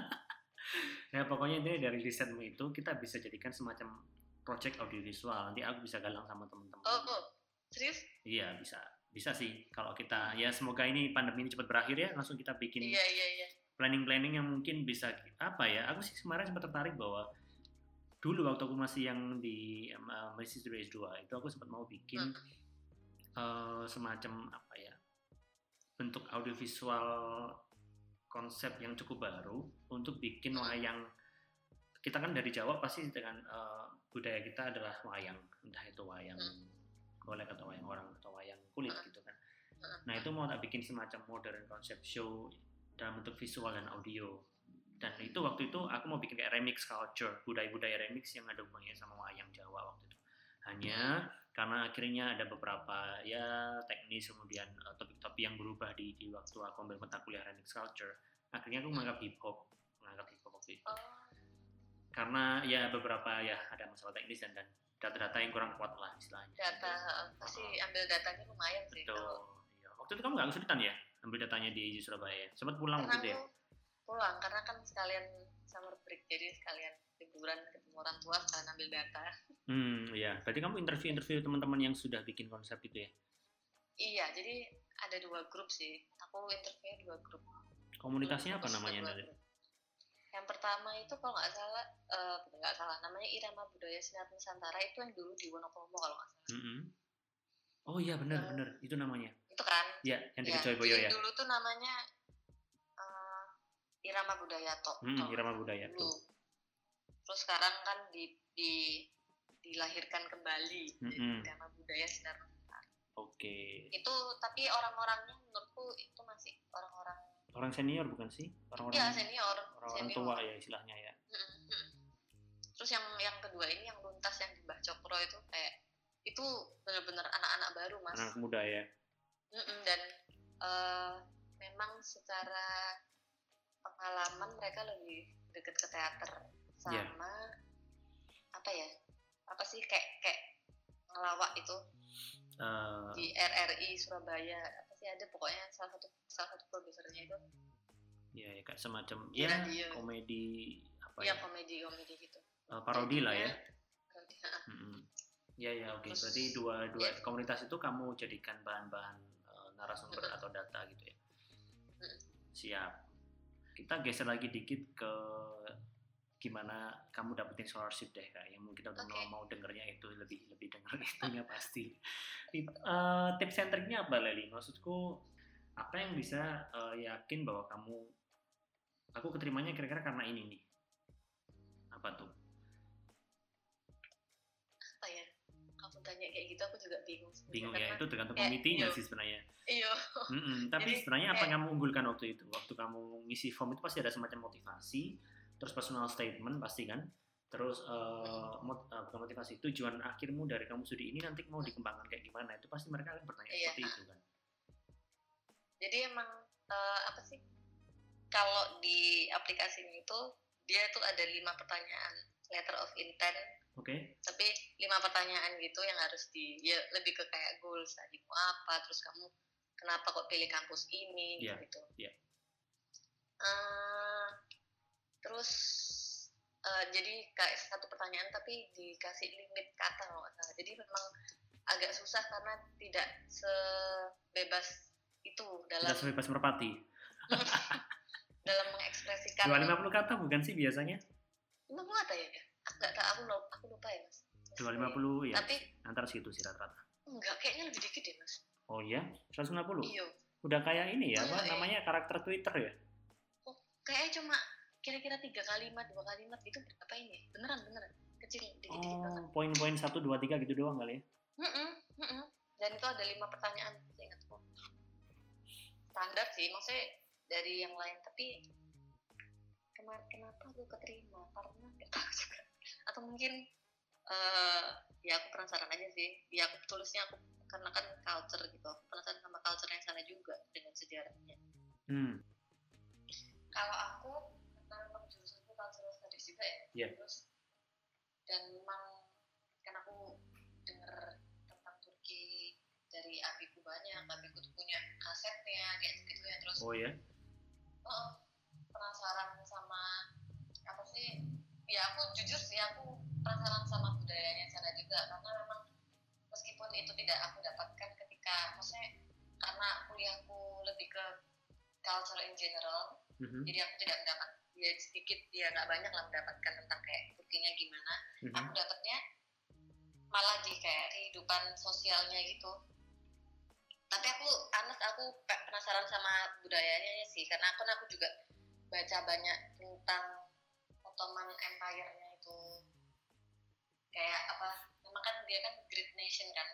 Ya pokoknya ini dari risetmu itu kita bisa jadikan semacam project audiovisual. Nanti aku bisa galang sama teman-teman.
Oh, oh. Serius?
Iya bisa, bisa sih. Kalau kita ya semoga ini pandemi ini cepat berakhir ya, langsung kita bikin
iya, iya, iya.
planning-planning yang mungkin bisa apa ya? Aku sih kemarin sempat tertarik bahwa dulu waktu aku masih yang di uh, masih studi S dua itu aku sempat mau bikin hmm. uh, semacam apa ya bentuk audiovisual konsep yang cukup baru untuk bikin wayang. Kita kan dari Jawa pasti dengan uh, budaya kita adalah wayang, entah itu wayang golek atau wayang orang atau wayang kulit gitu kan. Nah itu mau tak bikin semacam modern concept show dalam bentuk visual dan audio. Dan itu waktu itu aku mau bikin kayak remix culture, budaya-budaya remix yang ada hubungannya sama wayang Jawa waktu itu. Hanya karena akhirnya ada beberapa ya teknis kemudian uh, topik-topik yang berubah di, di waktu aku ambil mata kuliah remix culture. Akhirnya aku menganggap hip hop, menganggap hip hop waktu itu. Karena ya beberapa ya ada masalah teknis dan dan data-data yang kurang kuat lah istilahnya.
Data pasti uh, ambil datanya lumayan sih.
Betul. Kalau... Ya. Waktu itu kamu nggak kesulitan ya ambil datanya di Surabaya? Sempat pulang waktu itu ya?
Pulang karena kan sekalian summer break, jadi sekalian liburan ketemu orang tua, sekalian ambil data.
Hmm, iya. Berarti kamu interview-interview teman-teman yang sudah bikin konsep itu ya?
Iya, jadi ada dua grup sih. Aku interview dua grup.
Komunitasnya apa namanya?
Yang pertama itu kalau nggak salah, uh, nggak salah, namanya Irama Budaya Sinar Nusantara, itu yang dulu di Wonokromo kalau nggak salah.
Mm-hmm. Oh iya benar-benar, uh, itu namanya.
Itu kan?
Iya, yang di ya, Joyoboyo ya.
Dulu tuh namanya Irama Budaya Tok.
Hmm, Irama Budaya Tok.
Terus sekarang kan di, di dilahirkan kembali mm-hmm. Irama Budaya Sinar Nusantara.
Oke. Okay.
Itu tapi orang-orangnya menurutku itu masih orang-orang.
Orang senior bukan sih? Orang-orang.
Iya senior.
Orang-orang
senior.
tua ya istilahnya ya.
Mm-hmm. Terus yang yang kedua ini yang Luntas yang di Mbah Cokro itu kayak itu benar-benar anak-anak baru mas.
Anak muda ya.
Mm-mm, dan uh, memang secara pengalaman mereka lebih deket ke teater sama yeah. apa ya apa sih kayak kayak ngelawak itu
Uh,
di R R I Surabaya apa sih ada pokoknya salah satu salah satu produsernya itu.
Ya, ya kayak semacam ya, ya komedi apa
ya?
Ya
komedi komedi gitu.
Uh, parodi lah ya.
Parodi.
Hmm. Ya ya oke. Okay. Berarti dua dua ya, komunitas itu kamu jadikan bahan-bahan uh, narasumber hmm. atau data gitu ya. Hmm. Siap. Kita geser lagi dikit ke gimana kamu dapetin scholarship deh, kak. Yang mungkin kita udah okay. mau dengernya itu lebih lebih denger itunya pasti. Uh, tips and triknya apa, Leli? Maksudku apa yang bisa uh, yakin bahwa kamu aku keterimanya kira-kira karena ini nih? Apa tuh?
Apa ya? Kamu tanya kayak gitu aku juga bingung.
Bingung ya, itu tergantung komitinya sih sebenarnya.
Iya.
Tapi jadi, sebenarnya apa yang kamu unggulkan waktu itu? Waktu kamu ngisi form itu pasti ada semacam motivasi, terus personal statement pasti kan? Terus uh, mot, uh, motivasi tujuan akhirmu dari kamu studi ini nanti mau dikembangkan kayak gimana? Itu pasti mereka akan bertanya iya. seperti itu kan?
Jadi emang uh, apa sih? Kalau di aplikasinya itu dia tuh ada lima pertanyaan letter of intent.
Oke. Okay.
Tapi lima pertanyaan gitu yang harus di ya lebih ke kayak goals tadi mau apa, terus kamu kenapa kok pilih kampus ini
yeah.
gitu.
Iya. Yeah.
Uh, terus uh, jadi kayak satu pertanyaan tapi dikasih limit kata kalau nggak salah. Jadi memang agak susah karena tidak sebebas itu dalam.
Tidak sebebas merpati.
dalam mengekspresikan.
dua ratus lima puluh kata bukan sih biasanya?
lima puluh kata ya? Enggak tahu, aku lupa, aku lupa ya mas.
dua ratus lima puluh ya.
Tapi
antara segitu sih rata-rata.
Enggak, kayaknya lebih dikit ya mas.
Oh iya, seratus lima puluh.
Iya.
Udah kayak ini ya,
oh,
apa
iya.
namanya karakter Twitter ya?
Oh, kayaknya cuma kira-kira tiga kalimat, dua kalimat gitu berapa ini? Beneran beneran kecil, dikit-dikit
oh,
banget.
Poin-poin satu, dua, tiga gitu doang kali ya?
Mm-mm, mm-mm. Dan itu ada lima pertanyaan, saya ingat kok. Standar sih, maksudnya dari yang lain, tapi kemarin kenapa aku keterima? Karena nggak tahu juga. Atau mungkin uh, ya aku penasaran aja sih. Ya aku tulisnya aku karena kan culture gitu. Aku penasaran sama culture yang sana juga dengan sejarahnya.
Hmm.
Kalau aku karena memang jurusanku cultural studies juga ya.
Yeah.
Terus dan memang kan aku dengar tentang Turki dari abiku banyak. Abiku tuh punya kasetnya kayak gitu ya. Terus.
Oh ya.
Uh, penasaran sama apa sih ya aku jujur sih aku penasaran sama budayanya sana juga karena memang meskipun itu tidak aku dapatkan ketika maksudnya karena kuliahku lebih ke culture in general mm-hmm. jadi aku tidak mendapat ya sedikit ya nggak banyak lah mendapatkan tentang kayak Turkinya gimana mm-hmm. aku dapatnya malah di kayak kehidupan sosialnya gitu tapi aku anak aku penasaran sama budayanya sih karena aku aku juga baca banyak tentang Ottoman Empire-nya itu kayak apa memang kan dia kan great nation kan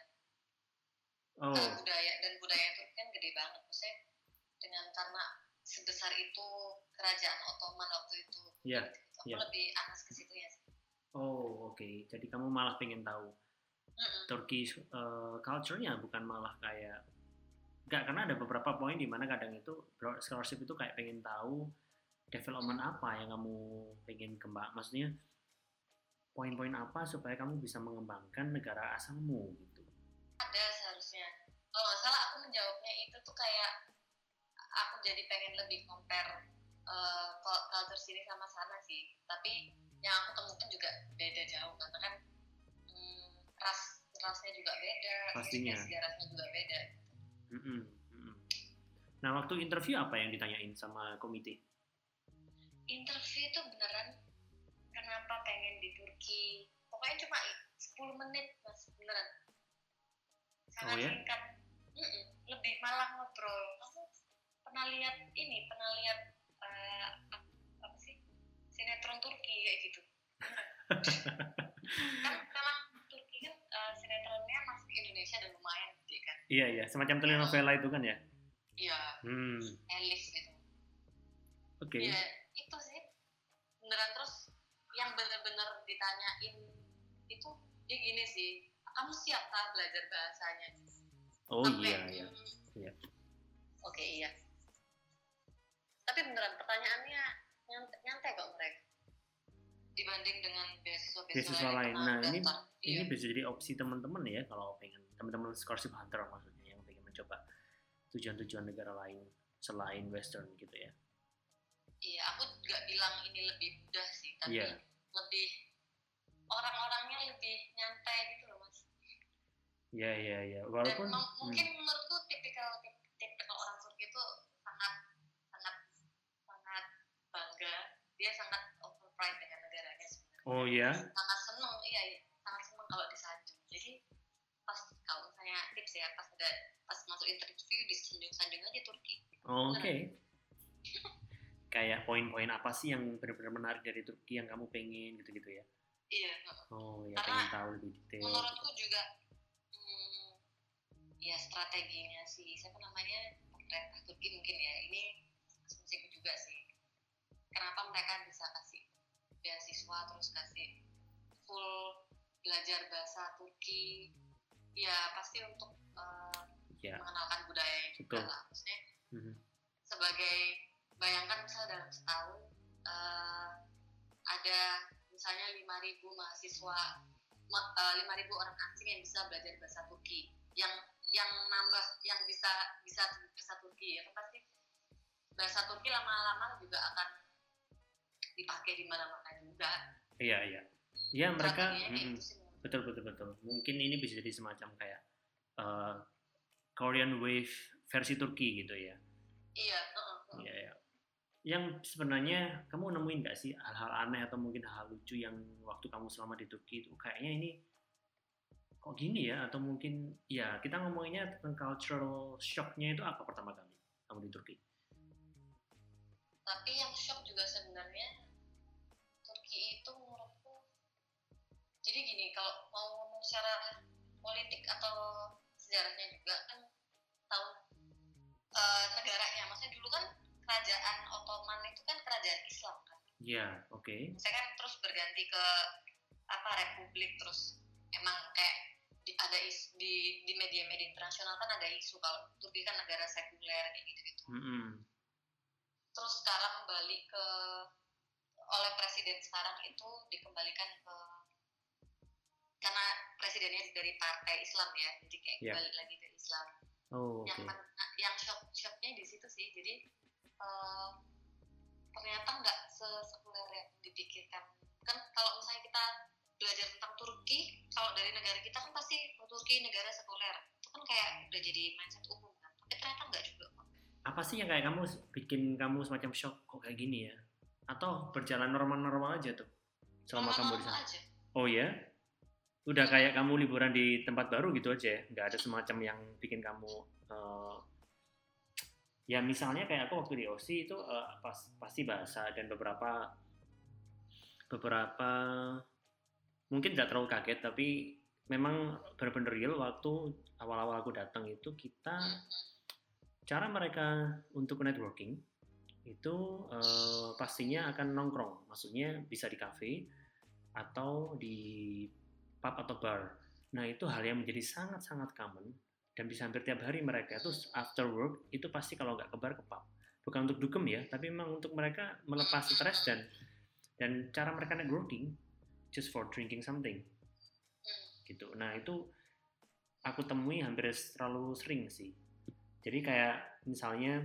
oh.
nah, budaya dan budaya itu kan gede banget maksudnya dengan karena sebesar itu kerajaan Ottoman waktu itu
yeah.
aku
yeah.
lebih anas ke situ ya sih.
Oh oke okay. Jadi kamu malah pengen tahu mm-mm. Turkish uh, culture-nya bukan malah kayak enggak karena ada beberapa poin di mana kadang itu scholarship itu kayak pengen tahu development apa yang kamu pengen kembang, maksudnya poin-poin apa supaya kamu bisa mengembangkan negara asalmu gitu.
Ada seharusnya. Kalau nggak salah aku menjawabnya itu tuh kayak aku jadi pengen lebih compare uh, culture sini sama sana sih. Tapi yang aku temukan juga beda jauh karena kan hmm, ras rasnya juga beda,
pastinya
sejarahnya juga beda.
Mm-mm. Mm-mm. Nah waktu interview apa yang ditanyain sama komite?
Interview itu beneran kenapa pengen di Turki pokoknya cuma sepuluh menit mas beneran sangat oh, ya? Singkat Mm-mm. lebih malah ngobrol kamu pernah lihat ini pernah lihat uh, apa sih sinetron Turki kayak gitu kan memang Turki kan uh, sinetronnya masuk ke Indonesia dan lumayan gede kan
iya iya semacam telenovela itu kan ya
iya
hmm.
Elif gitu
oke okay.
Ya, itu sih beneran terus yang bener-bener ditanyain itu dia gini sih kamu siap tak belajar bahasanya
oh
Sampai,
iya iya
hmm,
iya
oke okay, iya tapi beneran pertanyaannya nyantai, nyantai kok mereka dibanding dengan beasiswa-beasiswa
lain nah ini ini bisa jadi opsi teman-teman ya kalau pengen, teman-teman scholarship hunter maksudnya yang pengen mencoba tujuan-tujuan negara lain selain Western gitu ya.
Iya, aku nggak bilang ini lebih mudah sih, tapi
yeah.
lebih orang-orangnya lebih nyantai gitu loh mas.
Iya yeah, iya yeah, iya. Yeah. Walaupun
dan mungkin hmm. menurutku tipikal tipikal orang Turki itu sangat sangat sangat bangga, dia sangat over pride dengan negaranya sebenarnya.
Oh iya. Yeah?
Sangat seneng, iya, iya sangat seneng kalau disanjung. Jadi pas kalau misalnya tips ya, pas ada pas masuk interview disanjung-sanjung aja Turki.
Oh, oke. Okay. Kayak poin-poin apa sih yang benar-benar menarik dari Turki yang kamu pengen gitu-gitu ya?
Iya.
Oh ya,
karena
pengen tahu lebih detail.
Menurutku juga, hmm, ya strateginya sih, siapa namanya pemerintah Turki mungkin ya, ini asumsiku juga sih. Kenapa mereka bisa kasih beasiswa terus kasih full belajar bahasa Turki? Ya pasti untuk uh, ya. mengenalkan budaya juga lah, maksudnya. Mm-hmm. Sebagai bayangkan misalnya dalam setahun uh, ada misalnya lima ribu mahasiswa, lima ribu orang asing yang bisa belajar bahasa Turki, yang yang nambah yang bisa bisa bahasa Turki ya kan pasti bahasa Turki lama-lama juga akan dipakai di mana-mana juga.
Iya iya. Iya mereka mm, gitu betul betul betul. Mungkin ini bisa jadi semacam kayak uh, Korean Wave versi Turki gitu ya.
Iya. Uh-uh.
Iya ya. Yang sebenarnya kamu nemuin nggak sih hal-hal aneh atau mungkin hal lucu yang waktu kamu selama di Turki itu kayaknya ini kok gini ya, atau mungkin ya kita ngomonginnya tentang cultural shock-nya itu apa pertama kali kamu di Turki?
Tapi yang shock juga sebenarnya Turki itu menurutku, jadi gini, kalau mau ngomong secara politik atau sejarahnya juga kan tahu uh, negaranya, maksudnya dulu kan kerajaan Ottoman itu kan kerajaan Islam kan.
Iya, yeah, oke. Okay.
Saya kan terus berganti ke apa republik, terus emang kayak di, ada isu, di di media-media internasional kan ada isu kalau Turki kan negara sekuler kayak gitu-gitu.
Mm-hmm.
Terus sekarang balik ke oleh presiden sekarang itu dikembalikan ke, karena presidennya dari partai Islam ya, jadi kayak yeah. balik lagi ke Islam.
Oh,
yang
okay.
yang shock shocknya di situ sih, jadi uh, ternyata nggak sesekuler yang dipikirkan. Kan kalau misalnya kita belajar tentang Turki, kalau dari negara kita kan pasti oh, Turki negara sekuler, itu kan kayak udah jadi mindset umum kan, tapi ternyata nggak juga kok.
Apa sih yang kayak kamu bikin kamu semacam shock kok kayak gini ya? Atau berjalan normal-normal aja tuh selama normal kamu di sana?
Aja.
Oh ya? Udah kayak kamu liburan di tempat baru gitu aja ya? Nggak ada semacam yang bikin kamu uh, ya misalnya kayak aku waktu di O S I itu uh, pas, pasti bahasa dan beberapa beberapa mungkin tidak terlalu kaget, tapi memang benar-benar real waktu awal-awal aku datang itu kita cara mereka untuk networking itu uh, pastinya akan nongkrong, maksudnya bisa di cafe atau di pub atau bar. Nah itu hal yang menjadi sangat-sangat common dan bisa hampir tiap hari mereka itu after work itu pasti kalau nggak ke bar ke pub. Bukan untuk dugem ya, tapi memang untuk mereka melepas stres dan dan cara mereka networking just for drinking something gitu. Nah itu aku temui hampir terlalu sering sih. Jadi kayak misalnya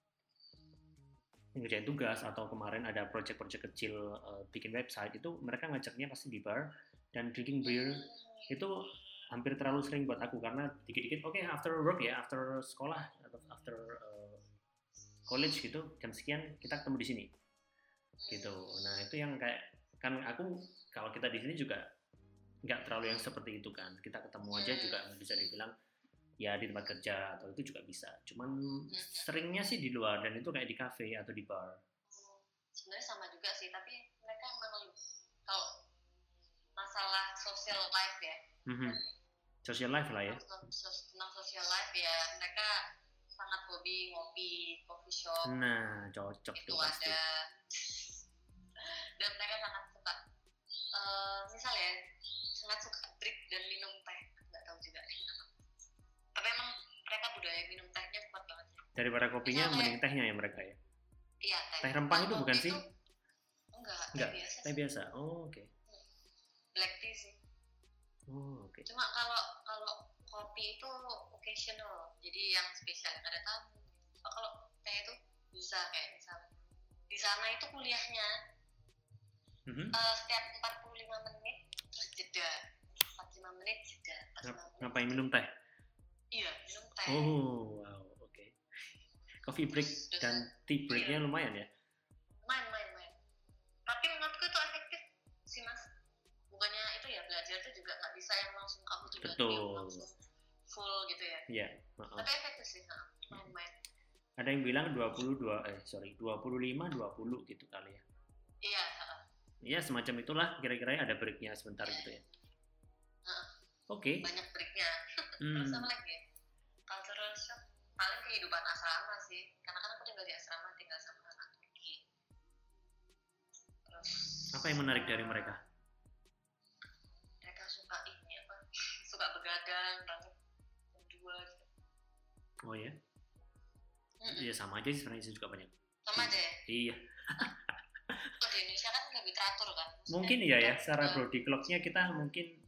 ngerjain tugas atau kemarin ada project-project kecil uh, bikin website itu mereka ngajaknya pasti di bar dan drinking beer itu hampir terlalu sering buat aku karena dikit-dikit oke okay, after work ya, after sekolah atau after uh, college gitu jam sekian kita ketemu di sini gitu. Nah itu yang kayak kan aku kalau kita di sini juga nggak terlalu yang seperti itu kan, kita ketemu aja juga bisa dibilang ya di tempat kerja atau itu juga bisa, cuman seringnya sih di luar dan itu kayak di cafe atau di bar.
Sebenarnya sama juga sih, tapi mereka memang kalau masalah social life ya,
mm-hmm. social life lah ya,
tentang social life ya mereka sangat hobi ngopi, coffee shop.
Nah cocok
itu
tuh pasti.
Ada dan mereka sangat suka uh, misalnya sangat suka drink dan minum teh, nggak tahu juga nih kenapa. Tapi emang mereka budaya minum tehnya kuat banget sih.
Daripada kopinya misalnya, mending tehnya ya mereka ya.
Iya teh.
Teh rempah itu bukan sih?
Enggak, teh
enggak,
biasa.
Teh biasa. Oh oke. Okay.
Black tea sih.
Oh, oke. Okay.
Cuma kalau kalau kopi itu occasional, jadi yang spesial yang ada tamu. Oh, kalau teh itu bisa kayak misalnya di sana itu kuliahnya mm-hmm. uh, setiap empat puluh lima menit terus jeda, empat puluh lima menit jeda.
Ngap- ngapain minum teh?
Iya, minum teh.
Oh, wow, oke. Okay. Coffee break terus, dan tea breaknya iya. Lumayan ya?
Main, main, main. Tapi menurutku itu efektif sih mas. Bukannya itu ya belajar itu juga nggak bisa yang langsung kamu tuh langsung full gitu ya.
Iya. Uh-uh.
Tapi efektif sih, nah, main.
Ada yang bilang dua puluh dua eh sorry dua puluh lima dua puluh gitu kali ya.
Iya.
Iya semacam itulah kira-kira ada breaknya sebentar yeah. Gitu ya.
Uh, Oke.
Okay.
Banyak breaknya. Hmm. Terus apa lagi? Cultural shock paling kehidupan asrama sih. Karena kan aku tinggal di asrama, tinggal sama anak Turki. Terus.
Apa yang menarik dari mereka?
Mereka suka ini apa? Suka begadang, rambut berdua gitu.
Oh ya? Iya sama aja sih sebenarnya juga banyak.
Sama aja ya?
Iya.
Kalau di Indonesia kan lebih teratur kan? Maksudnya
mungkin iya ya, secara body clock-nya kita mungkin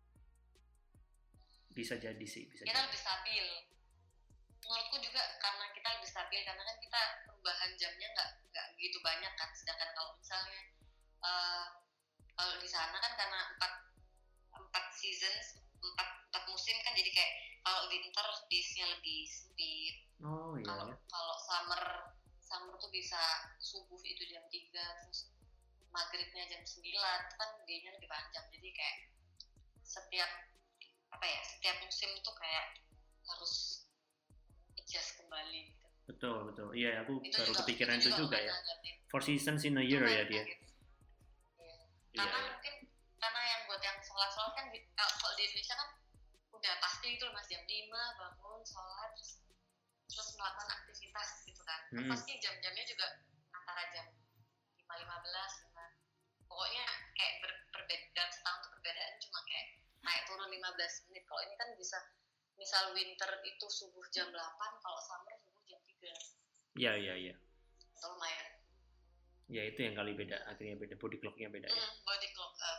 bisa jadi sih. Bisa
kita
jadi.
lebih stabil. Menurutku juga karena kita lebih stabil, karena kan kita perubahan jamnya nggak nggak gitu banyak kan. Sedangkan kalau misalnya uh, kalau di sana kan karena empat empat seasons, empat empat musim kan jadi kayak kalau winter days-nya lebih sempit.
Oh iya.
Kalau kalau summer summer tuh bisa subuh itu jam tiga terus maghribnya jam sembilan itu kan day-nya lebih panjang. Jadi kayak setiap apa ya setiap musim tuh kayak harus adjust kembali gitu.
Betul betul. Iya aku
itu
baru
juga,
kepikiran itu juga, juga ya.
Ngajarin.
Four seasons in a year ya dia.
Gitu. Iya. Karena iya, mungkin iya. Karena yang buat yang sholat-sholat kan kalau di Indonesia kan udah pasti itu mas jam lima bangun sholat terus terus melakukan aktivitas gitu kan. Hmm. Pasti jam-jamnya juga antara jam lima lima belas pokoknya kayak ber, berbeda setahun tuh perbedaan cuma kayak naik turun lima belas menit. Kalau ini kan bisa misal winter itu subuh jam delapan, kalau summer subuh jam tiga.
Iya iya iya.
Itu lumayan.
Ya itu yang kali beda, akhirnya beda, body clock-nya beda
hmm,
ya.
Body clock. Uh,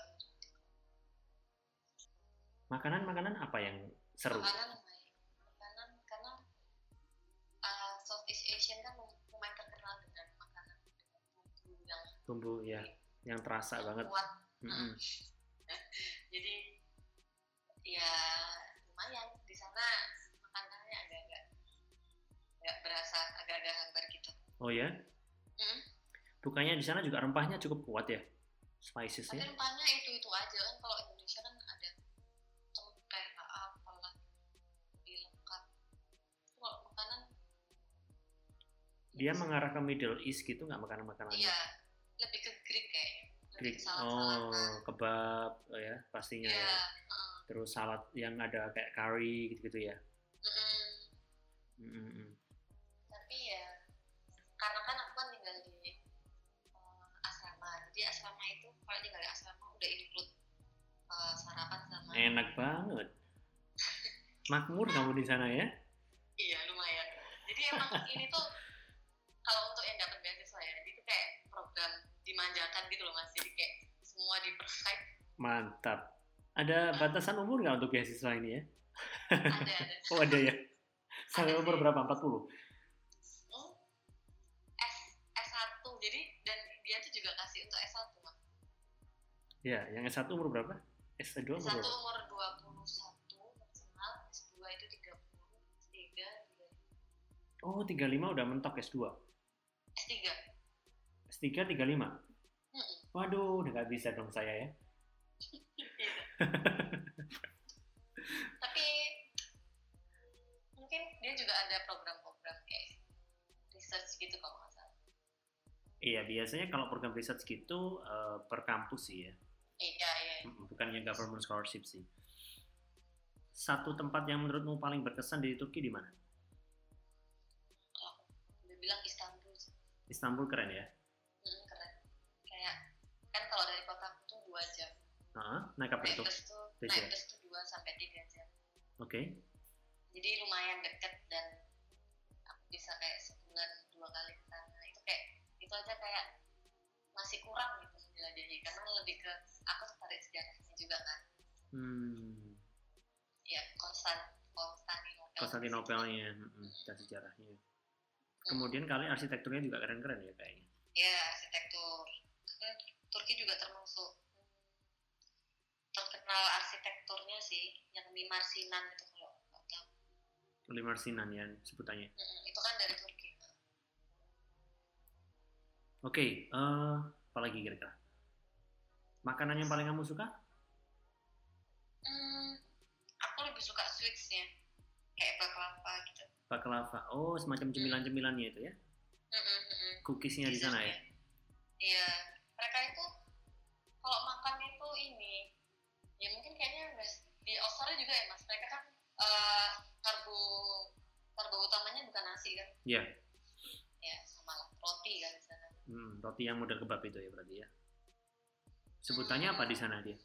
Makanan-makanan apa yang seru?
Makanan makanan karena uh, Southeast Asian kan lumayan terkenal dengan makanan dengan bumbu yang
bumbu ya, yang terasa yang banget.
Kuat.
Mm-hmm.
Jadi ya lumayan di sana makanannya agak-agak nggak berasa agak-agak hambar gitu.
Oh ya?
Mm-hmm.
Bukannya di sana juga rempahnya cukup kuat ya, spicesnya?
Tapi rempahnya itu-itu aja kan. Kalau Indonesia kan ada cengkeh, apalah lebih lengkap. Kalau makanan
dia mengarah ke Middle East gitu nggak makanan-makanannya?
Iya, lebih ke Greek kayaknya.
Greek. Oh, kebab oh ya pastinya
ya.
ya. Uh. Terus salad yang ada kayak curry gitu-gitu ya.
Mm-mm.
Mm-mm.
Tapi ya karena kan aku kan tinggal di uh, asrama. Jadi asrama itu kalau tinggal di asrama udah include uh, sarapan sama.
Enak banget. Makmur kamu di sana ya?
Iya lumayan. Jadi emang ini tuh kalau untuk yang dapat beasiswa ya, itu kayak program dimanjakan gitu loh mas. Jadi kayak semua di provide.
Mantap. Ada batasan umur nggak untuk beasiswa ini ya?
Ada ada.
Oh ada ya. Sampai umur sih. Berapa? empat puluh?
Hmm? S S satu. Jadi dan dia tuh juga kasih untuk S satu mas.
Ya, yang S satu umur berapa? S dua umur
S satu
berapa?
umur dua puluh satu maksimal, S dua itu tiga puluh, S tiga tiga puluh lima.
Oh, tiga puluh lima udah mentok S dua.
S tiga.
S tiga tiga puluh lima.
Mm-mm.
Waduh, udah nggak bisa dong saya ya.
Tapi mungkin dia juga ada program-program kayak research gitu kalau nggak salah.
Iya, biasanya kalau program research gitu uh, per kampus sih ya.
Iya, iya.
Bukannya government scholarship sih. Satu tempat yang menurutmu paling berkesan di Turki di mana?
Kalau udah bilang Istanbul sih.
Istanbul keren ya?
Hmm, keren. Kayak kan kalau dari kotaku tuh dua jam.
Uh-huh. Naik apa itu?
Naik bus tuh, naik bus tuh dua sampai tiga jam.
Oke. Okay.
Jadi lumayan deket dan aku bisa kayak sebulan dua kali ke sana. Itu kayak itu aja kayak masih kurang gitu menjelajahi karena lebih ke aku tertarik sejarahnya juga kan.
Hmm.
ya Konstan Konstantinopel.
Konstantinopelnya hmm, dan sejarahnya. Kemudian hmm. kalian arsitekturnya juga keren-keren ya kayaknya.
Ya, arsitektur. Turki juga termasuk terkenal arsitekturnya sih, yang Mimar Sinan itu kalau nggak tahu.
Mimar Sinan ya sebutannya.
Hmm, itu kan dari Turki.
Oke, okay, uh, apa lagi kira-kira? Makanan yang paling kamu suka?
Hmm, aku lebih suka sweetsnya, kayak baklava gitu.
Baklava, oh semacam cemilan-cemilannya itu ya?
Mm-mm.
Cookiesnya di sana ya?
Iya, mereka itu kalau makan itu ini, ya mungkin kayaknya di Australia juga ya mas, mereka kan uh, karbo karbo utamanya bukan nasi kan?
Iya. Yeah.
Ya sama lah, roti kan di sana.
Hmm, roti yang model kebab itu ya berarti ya? Sebutannya hmm. apa di sana dia?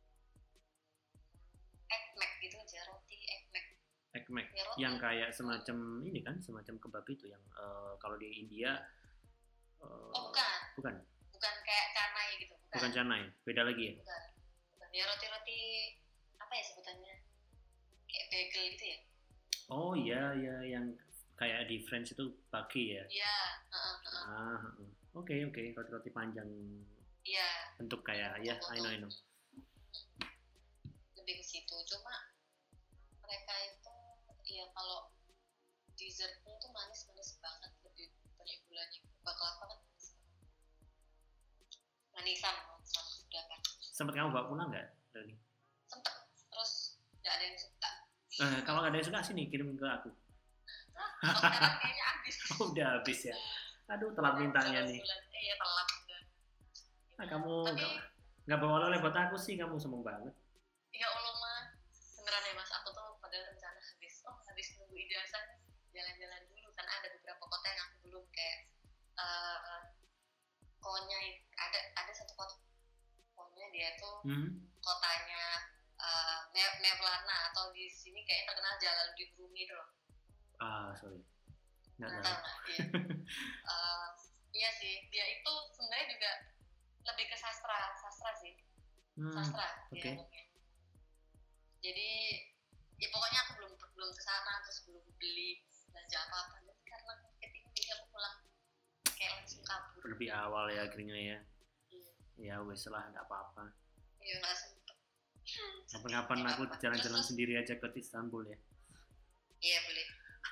Ekmek gitu aja, roti ekmek.
Ekmek, ya, yang kayak semacam ini kan, semacam kebab itu yang uh, kalau di India. Uh,
oh bukan.
Bukan.
Bukan kayak canai gitu. Bukan,
bukan canai, beda lagi ya?
Bukan. Bukan. Ya roti-roti apa ya sebutannya? Kayak bagel gitu ya?
Oh iya, iya yang kayak di French itu baki ya?
Iya. Uh, uh, uh.
Ah, oke okay, oke, okay. Roti-roti panjang.
Iya.
Bentuk kayak ya, I know I know.
Lebih ke situ, cuma mereka itu ya kalau dessertnya itu manis-manis banget, lebih banyak gulanya. Baklava kan manis banget. Manisan, manisan sudah kan.
Sempat kamu bawa pulang nggak dari?
Sempat, terus nggak ada yang suka.
Eh, kalau nggak ada yang suka sini kirim ke aku.
Oh, sekarang kayaknya habis.
Oh, udah habis ya. Aduh telat mintanya nih.
Iya telat udah.
Nah, kamu nggak bawa oleh buat aku sih, kamu sombong banget.
Ya Allah mah, beneran ya mas, aku tuh pada rencana habis, oh habis nunggu ijazah jalan-jalan dulu, karena ada beberapa kota yang aku belum kayak uh, konya ada ada satu kota konya dia tuh hmm. kotanya uh, Mevlana atau di sini kayak terkenal Jalan di Bumi tuh.
Ah sorry.
Nggak tahu nggak? Iya. uh, iya sih, dia itu sebenarnya juga lebih ke sastra, sastra sih, hmm, sastra okay. Dia jadi ya pokoknya aku belum belum kesana, terus belum beli belanja apa apa, jadi karena ketika jadi aku pulang kayak langsung kabur.
Lebih awal ya akhirnya ya.
Iya.
Ya wes lah, nggak apa-apa.
Iya nggak sempet.
Kapan-kapan aku jalan-jalan sendiri aja ke Istanbul ya.
Iya boleh.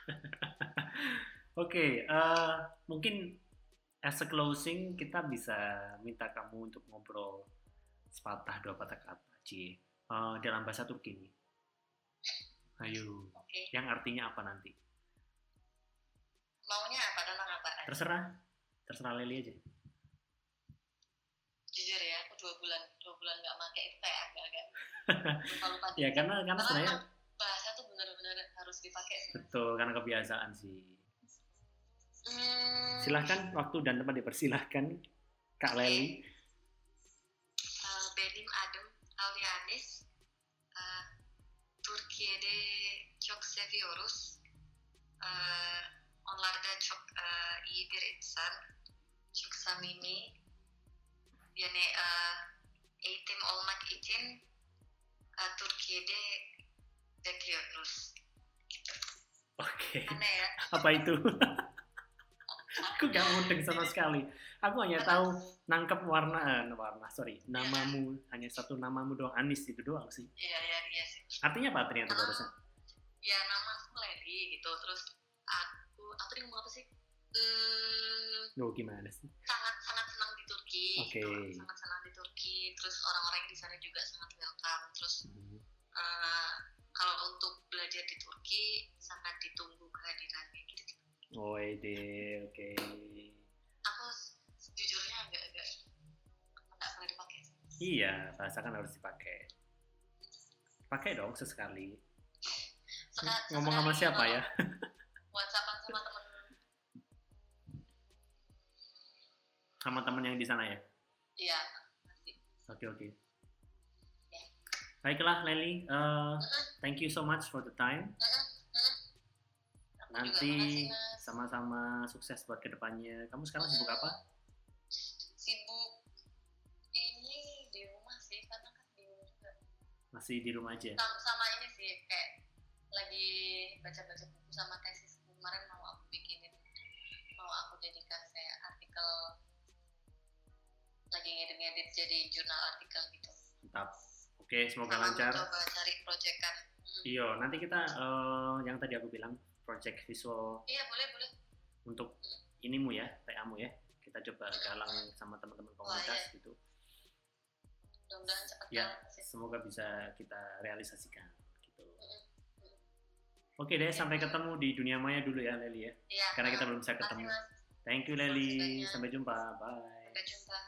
Oke, okay, uh, mungkin as a closing kita bisa minta kamu untuk ngobrol sepatah dua patah kata, Ci, uh, dalam bahasa Turki nih. Ayo, okay. Yang artinya apa nanti?
Maunya apa, tentang apa?
Terserah, terserah Leli aja.
Jujur ya, aku dua bulan dua bulan nggak pakai itu kayak agak-agak lupa-lupa.
Ya karena karena sebenarnya
bahasa tuh benar-benar harus dipakai.
Betul, karena kebiasaan sih.
Hmm.
Silahkan, waktu dan tempat dipersilahkan, Kak okay. Leli.
Uh, benim adım Alianis. Uh, Türkiye'de çok seviyoruz. Uh, onlar da çok uh, iyi bir insan. Çok samimi. Yani uh, eğitim olmak için uh, Türkiye'de bekliyoruz.
Oke. Okay.
Aneh ya?
Apa itu? Aku gak mudeng sama sekali. Aku hanya tahu nangkep warna, warna sorry, namamu ya. Hanya satu namamu doang, Anis itu doang sih.
Iya iya iya sih.
Artinya apa ternyata uh, barusan?
Ya nama aku Leli gitu, terus aku aku tadi ngomong apa sih? Hmm,
Loh gimana sih?
Sangat sangat senang di Turki.
Oke. Okay.
Gitu. Sangat senang di Turki. Terus orang-orang di sana juga sangat welcome. Terus hmm. uh, kalau untuk belajar di Turki sangat ditunggu kehadirannya gitu.
Oh ide, oke. Okay.
Aku sejujurnya agak-agak nggak pernah dipakai.
Iya, bahasa kan harus dipakai. Pakai dong sesekali. Seka, ngomong sama siapa ya?
WhatsAppan sama temen.
Sama temen yang di sana ya?
Iya.
Oke oke. Ya. Baiklah Leli, uh, uh-uh. thank you so much for the time.
Uh-uh.
Nanti sama-sama sukses buat kedepannya. Kamu sekarang sibuk apa?
Sibuk ini di rumah sih, karena kan di rumah juga.
Masih di rumah aja?
Sama, sama ini sih, kayak lagi baca-baca buku sama tesis kemarin mau aku bikinin, mau aku jadikan kayak artikel, lagi ngedit-ngedit jadi jurnal artikel gitu.
Mantap. Oke, semoga
sama
lancar.
Coba cari proyekan.
Hmm. Iya, nanti kita uh, yang tadi aku bilang project visual.
Iya, boleh, boleh.
Untuk hmm. inimu ya, P A-mu ya. Kita coba galang hmm. sama teman-teman komunitas. Wah, iya. Gitu.
Mudah-mudahan cepat
ya, semoga bisa kita realisasikan gitu. Oke deh, sampai ketemu di dunia maya dulu ya Leli ya.
Ya,
karena kita belum bisa ketemu.
Mas.
Thank you Leli, sampai jumpa, bye.
Sampai jumpa.